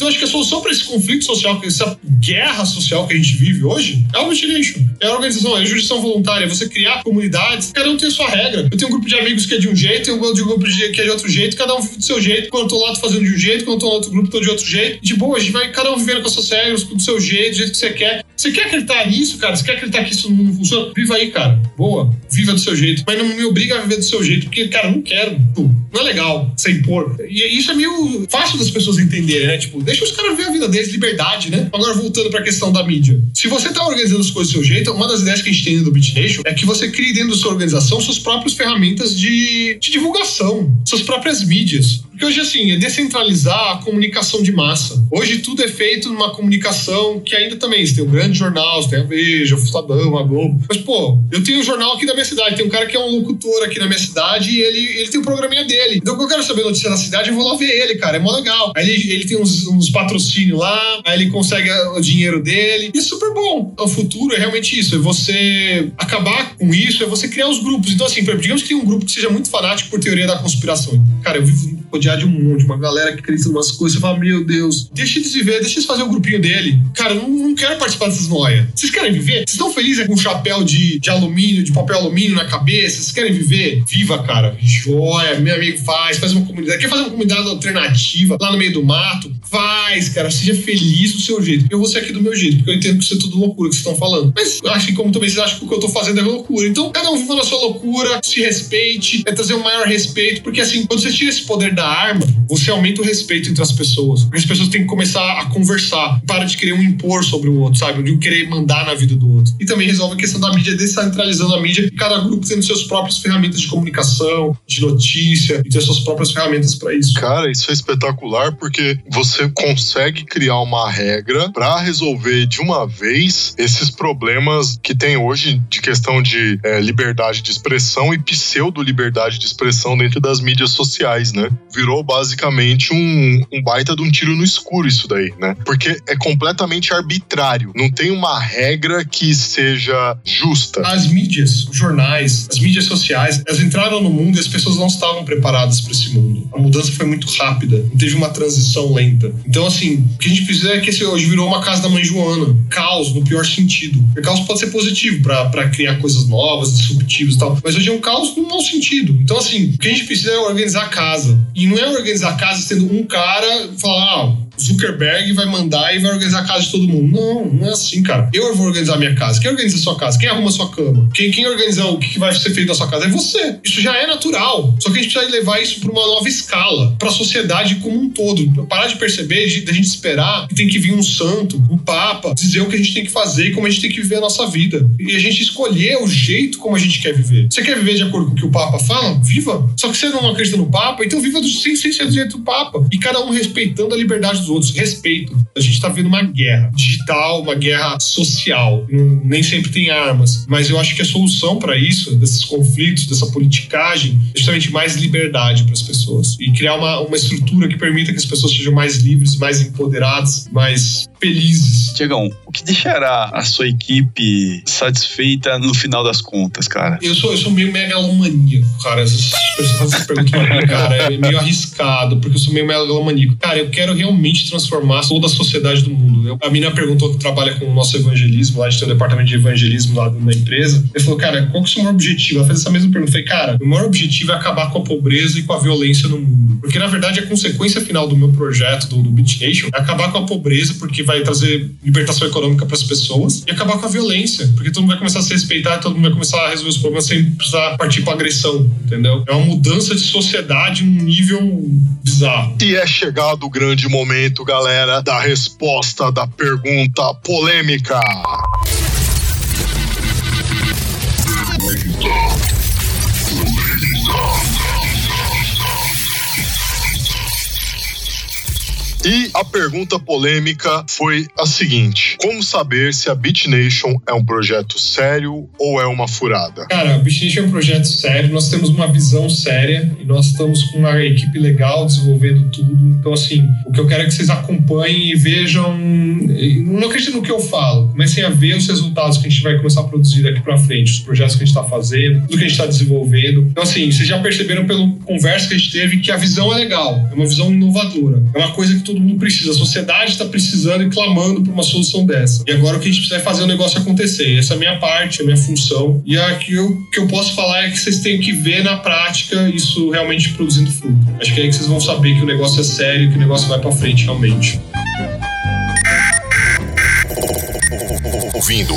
Então acho que a solução para esse conflito social, essa guerra social que a gente vive hoje, é o Bitination. É a organização, é a jurisdição voluntária, é você criar comunidades, cada um tem a sua regra. Eu tenho um grupo de amigos que é de um jeito, tem um outro grupo que é de outro jeito, cada um vive do seu jeito. Quando eu tô lá, tô fazendo de um jeito, quando eu tô no outro grupo, tô de outro jeito. De boa, a gente vai cada um vivendo com as suas regras, do seu jeito, do jeito que você quer. Você quer acreditar nisso, cara? Você quer acreditar que isso não funciona? Viva aí, cara. Boa. Viva do seu jeito. Mas não me obriga a viver do seu jeito, porque, cara, não quero. Não é legal você impor. E isso é meio fácil das pessoas entenderem, né? Tipo, deixa os caras viver a vida deles, liberdade, né? Agora, voltando pra questão da mídia. Se você tá organizando as coisas do seu jeito, uma das ideias que a gente tem dentro do Bitination é que você crie dentro da sua organização suas próprias ferramentas de divulgação, suas próprias mídias. Porque hoje, assim, é descentralizar a comunicação de massa. Hoje tudo é feito numa comunicação que ainda também, você tem um grande jornal, você tem a Veja, o Estadão, a Globo. Mas, pô, eu tenho um jornal aqui da minha cidade, tem um cara que é um locutor aqui na minha cidade e ele tem um programinha dele. Então, quando eu quero saber notícia da cidade, eu vou lá ver ele, cara, é mó legal. Aí ele tem uns patrocínios lá, aí ele consegue o dinheiro dele. E é super bom. O futuro é realmente isso, é você acabar com isso, é você criar os grupos. Então, assim, digamos que tem um grupo que seja muito fanático por teoria da conspiração. Cara, eu vivo rodeado de um monte, uma galera que acredita em umas coisas, você fala, meu Deus, deixa eles viver, deixa eles fazer o grupinho dele. Cara, eu não quero participar dessas noias. Vocês querem viver? Vocês estão felizes com um chapéu de alumínio, de papel alumínio na cabeça? Vocês querem viver? Viva, cara. Joia, meu amigo faz uma comunidade. Quer fazer uma comunidade alternativa lá no meio do mato? Faz, cara. Seja feliz do seu jeito. Eu vou ser aqui do meu jeito, porque eu entendo que isso é tudo loucura que vocês estão falando. Mas eu acho que como também vocês acham que o que eu tô fazendo é loucura. Então, cada um viva na sua loucura, se respeite, é trazer um maior respeito, porque assim, quando você tira esse poder da arma, você aumenta o respeito entre as pessoas. Porque as pessoas têm que começar a conversar, para de querer um impor sobre o outro, sabe? De um querer mandar na vida do outro. E também resolve a questão da mídia, descentralizando a mídia, e cada grupo tendo suas próprias ferramentas de comunicação, de notícia, e ter suas próprias ferramentas para isso. Cara, isso é espetacular, porque você consegue criar uma regra para resolver de uma vez esses problemas que tem hoje de questão de liberdade de expressão e pseudo-liberdade de expressão dentro das mídias sociais, né? Virou basicamente um baita de um tiro no escuro isso daí, né? Porque é completamente arbitrário. Não tem uma regra que seja justa. As mídias, os jornais, as mídias sociais, elas entraram no mundo e as pessoas não estavam preparadas para esse mundo. A mudança foi muito rápida, não teve uma transição lenta. Então, assim, o que a gente precisa é que esse hoje virou uma casa da mãe Joana. Caos, no pior sentido. O caos pode ser positivo para criar coisas novas, disruptivas e tal, mas hoje é um caos no mau sentido. Então, assim, o que a gente precisa é organizar a casa. E não é organizar a casa sendo um cara falar, Zuckerberg vai mandar e vai organizar a casa de todo mundo. Não é assim, cara. Eu vou organizar a minha casa. Quem organiza a sua casa? Quem arruma a sua cama? Quem organiza o que vai ser feito na sua casa? É você. Isso já é natural. Só que a gente precisa levar isso para uma nova escala, para a sociedade como um todo. Parar de perceber, da gente esperar que tem que vir um santo, um papa, dizer o que a gente tem que fazer e como a gente tem que viver a nossa vida. E a gente escolher o jeito como a gente quer viver. Você quer viver de acordo com o que o papa fala? Viva. Só que você não acredita no papa, então viva sem ser do jeito do papa. E cada um respeitando a liberdade dos outros. Respeito. A gente tá vendo uma guerra digital, uma guerra social. Nem sempre tem armas. Mas eu acho que a solução para isso, desses conflitos, dessa politicagem, é justamente mais liberdade para as pessoas. E criar uma estrutura que permita que as pessoas sejam mais livres, mais empoderadas, mais felizes. Tiagão, o que deixará a sua equipe satisfeita no final das contas, cara? Eu sou meio megalomaníaco, cara. Essas pessoas fazem essa pergunta pra mim, cara. É meio arriscado, porque eu sou meio megalomaníaco. Cara, eu quero realmente transformar toda a sociedade do mundo. A mina perguntou que trabalha com o nosso evangelismo, lá a gente tem um departamento de evangelismo lá na empresa. Ele falou, cara, qual que é o seu maior objetivo? Ela fez essa mesma pergunta. Eu falei, cara, o maior objetivo é acabar com a pobreza e com a violência no mundo. Porque, na verdade, a consequência final do meu projeto, do Bitination, é acabar com a pobreza, porque vai trazer libertação econômica para as pessoas, e acabar com a violência, porque todo mundo vai começar a se respeitar, todo mundo vai começar a resolver os problemas sem precisar partir para agressão, entendeu? É uma mudança de sociedade num nível bizarro. E é chegado o grande momento, galera, da resposta da pergunta polêmica. E a pergunta polêmica foi a seguinte: como saber se a Bitination é um projeto sério ou é uma furada? Cara, a Bitination é um projeto sério, nós temos uma visão séria e nós estamos com uma equipe legal desenvolvendo tudo. Então, assim, o que eu quero é que vocês acompanhem e vejam, não acreditem no que eu falo, comecem a ver os resultados que a gente vai começar a produzir daqui pra frente, os projetos que a gente tá fazendo, tudo que a gente tá desenvolvendo. Então, assim, vocês já perceberam pela conversa que a gente teve que a visão é legal, é uma visão inovadora, é uma coisa que todo mundo precisa. A sociedade está precisando e clamando por uma solução dessa. E agora o que a gente precisa é fazer o negócio acontecer. Essa é a minha parte, a minha função. E aqui o que eu posso falar é que vocês têm que ver na prática isso realmente produzindo fruto. Acho que é aí que vocês vão saber que o negócio é sério, que o negócio vai pra frente realmente. Ouvindo.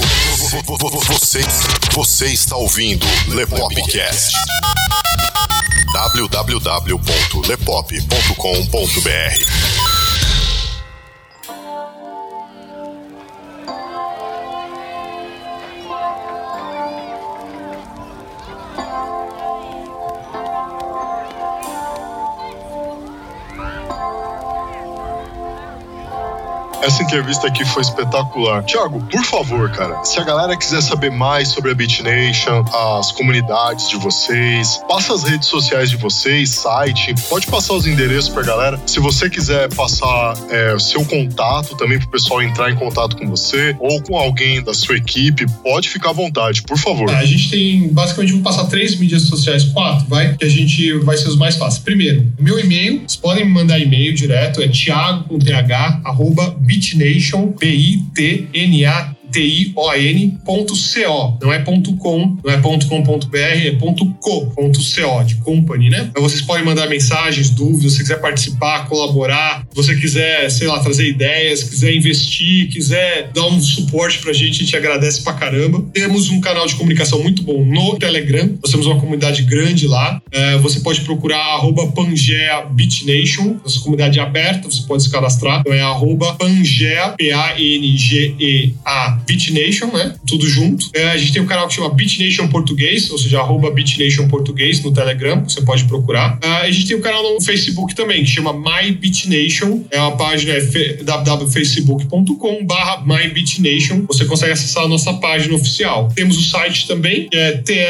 Você está ouvindo Lepopcast. www.lepop.com.br. Essa entrevista aqui foi espetacular. Thiago, por favor, cara, se a galera quiser saber mais sobre a BitNation, as comunidades de vocês, passa as redes sociais de vocês, site, pode passar os endereços pra galera. Se você quiser passar o seu contato também pro pessoal entrar em contato com você ou com alguém da sua equipe, pode ficar à vontade, por favor. A gente tem, basicamente, vamos passar 3 mídias sociais, 4, que a gente vai ser os mais fáceis. Primeiro, meu e-mail, vocês podem me mandar e-mail direto, é thiago.th@bitnation, bitnation.co. Não é .com, não é .com.br, é .co, de company, né? Então vocês podem mandar mensagens, dúvidas, se você quiser participar, colaborar, se você quiser, sei lá, trazer ideias, quiser investir, quiser dar um suporte pra gente, a gente agradece pra caramba. Temos um canal de comunicação muito bom no Telegram, nós temos uma comunidade grande lá. Você pode procurar @PangeaBitNation, nossa comunidade é aberta, você pode se cadastrar. Então é @Pangea, PANGEA BitNation, né? Tudo junto. A gente tem um canal que chama BitNation Português, ou seja, @BitNation Português no Telegram, você pode procurar. A gente tem um canal no Facebook também, que chama MyBitNation. É uma página www.facebook.com/MyBitNation. Você consegue acessar a nossa página oficial. Temos o site também, que é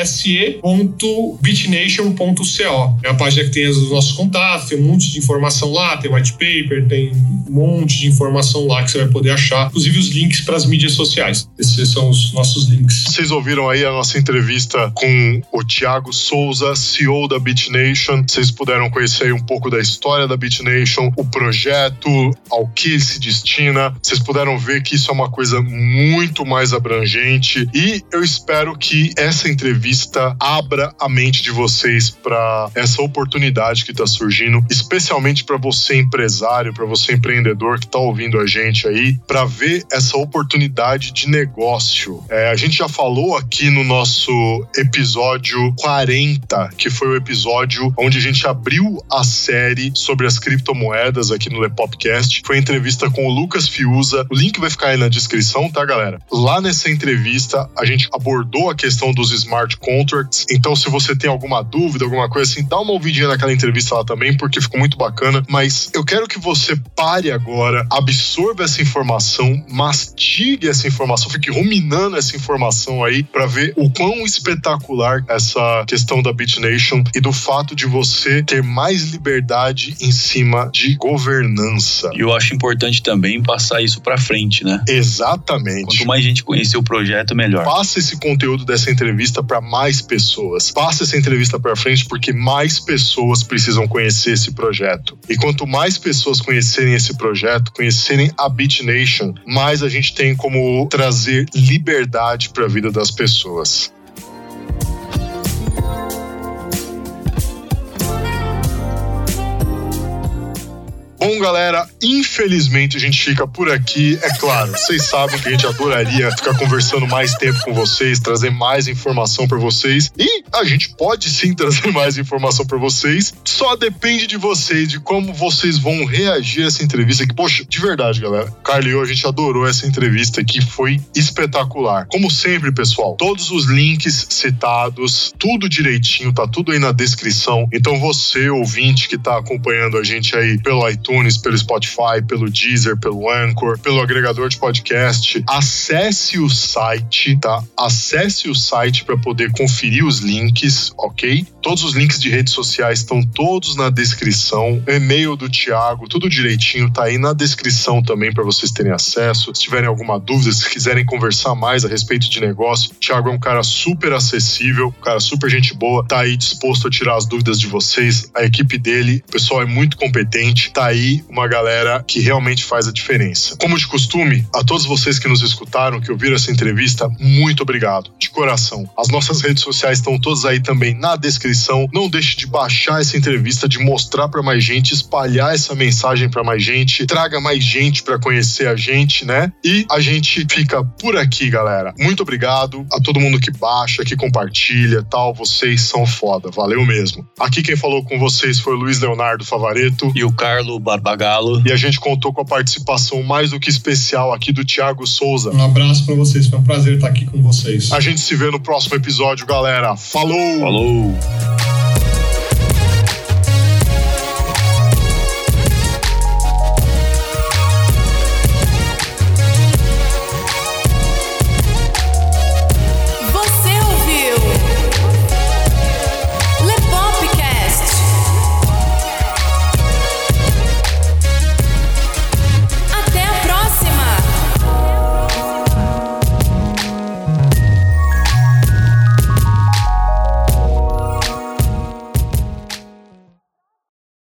tse.bitnation.co. É uma página que tem os nossos contatos, tem um monte de informação lá, tem white paper, tem um monte de informação lá que você vai poder achar, inclusive os links para as mídias sociais. Esses são os nossos links. Vocês ouviram aí a nossa entrevista com o Thiago Souza, CEO da BitNation. Vocês puderam conhecer aí um pouco da história da BitNation, o projeto, ao que ele se destina. Vocês puderam ver que isso é uma coisa muito mais abrangente e eu espero que essa entrevista abra a mente de vocês para essa oportunidade que está surgindo, especialmente para você empresário, para você empreendedor que está ouvindo a gente aí, para ver essa oportunidade de negócio. A gente já falou aqui no nosso episódio 40, que foi o episódio onde a gente abriu a série sobre as criptomoedas aqui no Lepopcast. Foi a entrevista com o Lucas Fiuza. O link vai ficar aí na descrição, tá, galera? Lá nessa entrevista, a gente abordou a questão dos smart contracts. Então, se você tem alguma dúvida, alguma coisa assim, dá uma ouvidinha naquela entrevista lá também, porque ficou muito bacana. Mas eu quero que você pare agora, absorva essa informação, mastigue essa informação, fique ruminando essa informação aí para ver o quão espetacular essa questão da BitNation e do fato de você ter mais liberdade em cima de governança. E eu acho importante também passar isso para frente, né? Exatamente. Quanto mais gente conhecer o projeto, melhor. Passa esse conteúdo dessa entrevista para mais pessoas. Passa essa entrevista para frente porque mais pessoas precisam conhecer esse projeto. E quanto mais pessoas conhecerem esse projeto, conhecerem a BitNation, mais a gente tem como trazer liberdade para a vida das pessoas. Bom, galera, infelizmente a gente fica por aqui. É claro, vocês sabem que a gente adoraria ficar conversando mais tempo com vocês, trazer mais informação para vocês. E a gente pode sim trazer mais informação para vocês. Só depende de vocês, de como vocês vão reagir a essa entrevista. Que, poxa, de verdade, galera, Carlos e eu, a gente adorou essa entrevista aqui, foi espetacular. Como sempre, pessoal, todos os links citados, tudo direitinho, tá tudo aí na descrição. Então você, ouvinte que tá acompanhando a gente aí pelo iTunes, pelo Spotify, pelo Deezer, pelo Anchor, pelo agregador de podcast, acesse o site, tá? Acesse o site para poder conferir os links, ok? Todos os links de redes sociais estão todos na descrição. O e-mail do Thiago, tudo direitinho, tá aí na descrição também para vocês terem acesso. Se tiverem alguma dúvida, se quiserem conversar mais a respeito de negócio, o Thiago é um cara super acessível, um cara super gente boa, tá aí disposto a tirar as dúvidas de vocês. A equipe dele, o pessoal é muito competente, tá aí aí uma galera que realmente faz a diferença. Como de costume, a todos vocês que nos escutaram, que ouviram essa entrevista, muito obrigado, de coração. As nossas redes sociais estão todas aí também na descrição. Não deixe de baixar essa entrevista, de mostrar para mais gente, espalhar essa mensagem para mais gente, traga mais gente para conhecer a gente, né? E a gente fica por aqui, galera. Muito obrigado a todo mundo que baixa, que compartilha, tal. Vocês são foda, valeu mesmo. Aqui quem falou com vocês foi o Luiz Leonardo Favaretto e o Carlo Barbagallo. E a gente contou com a participação mais do que especial aqui do Thiago Souza. Um abraço para vocês, foi um prazer estar aqui com vocês. A gente se vê no próximo episódio, galera. Falou! Falou!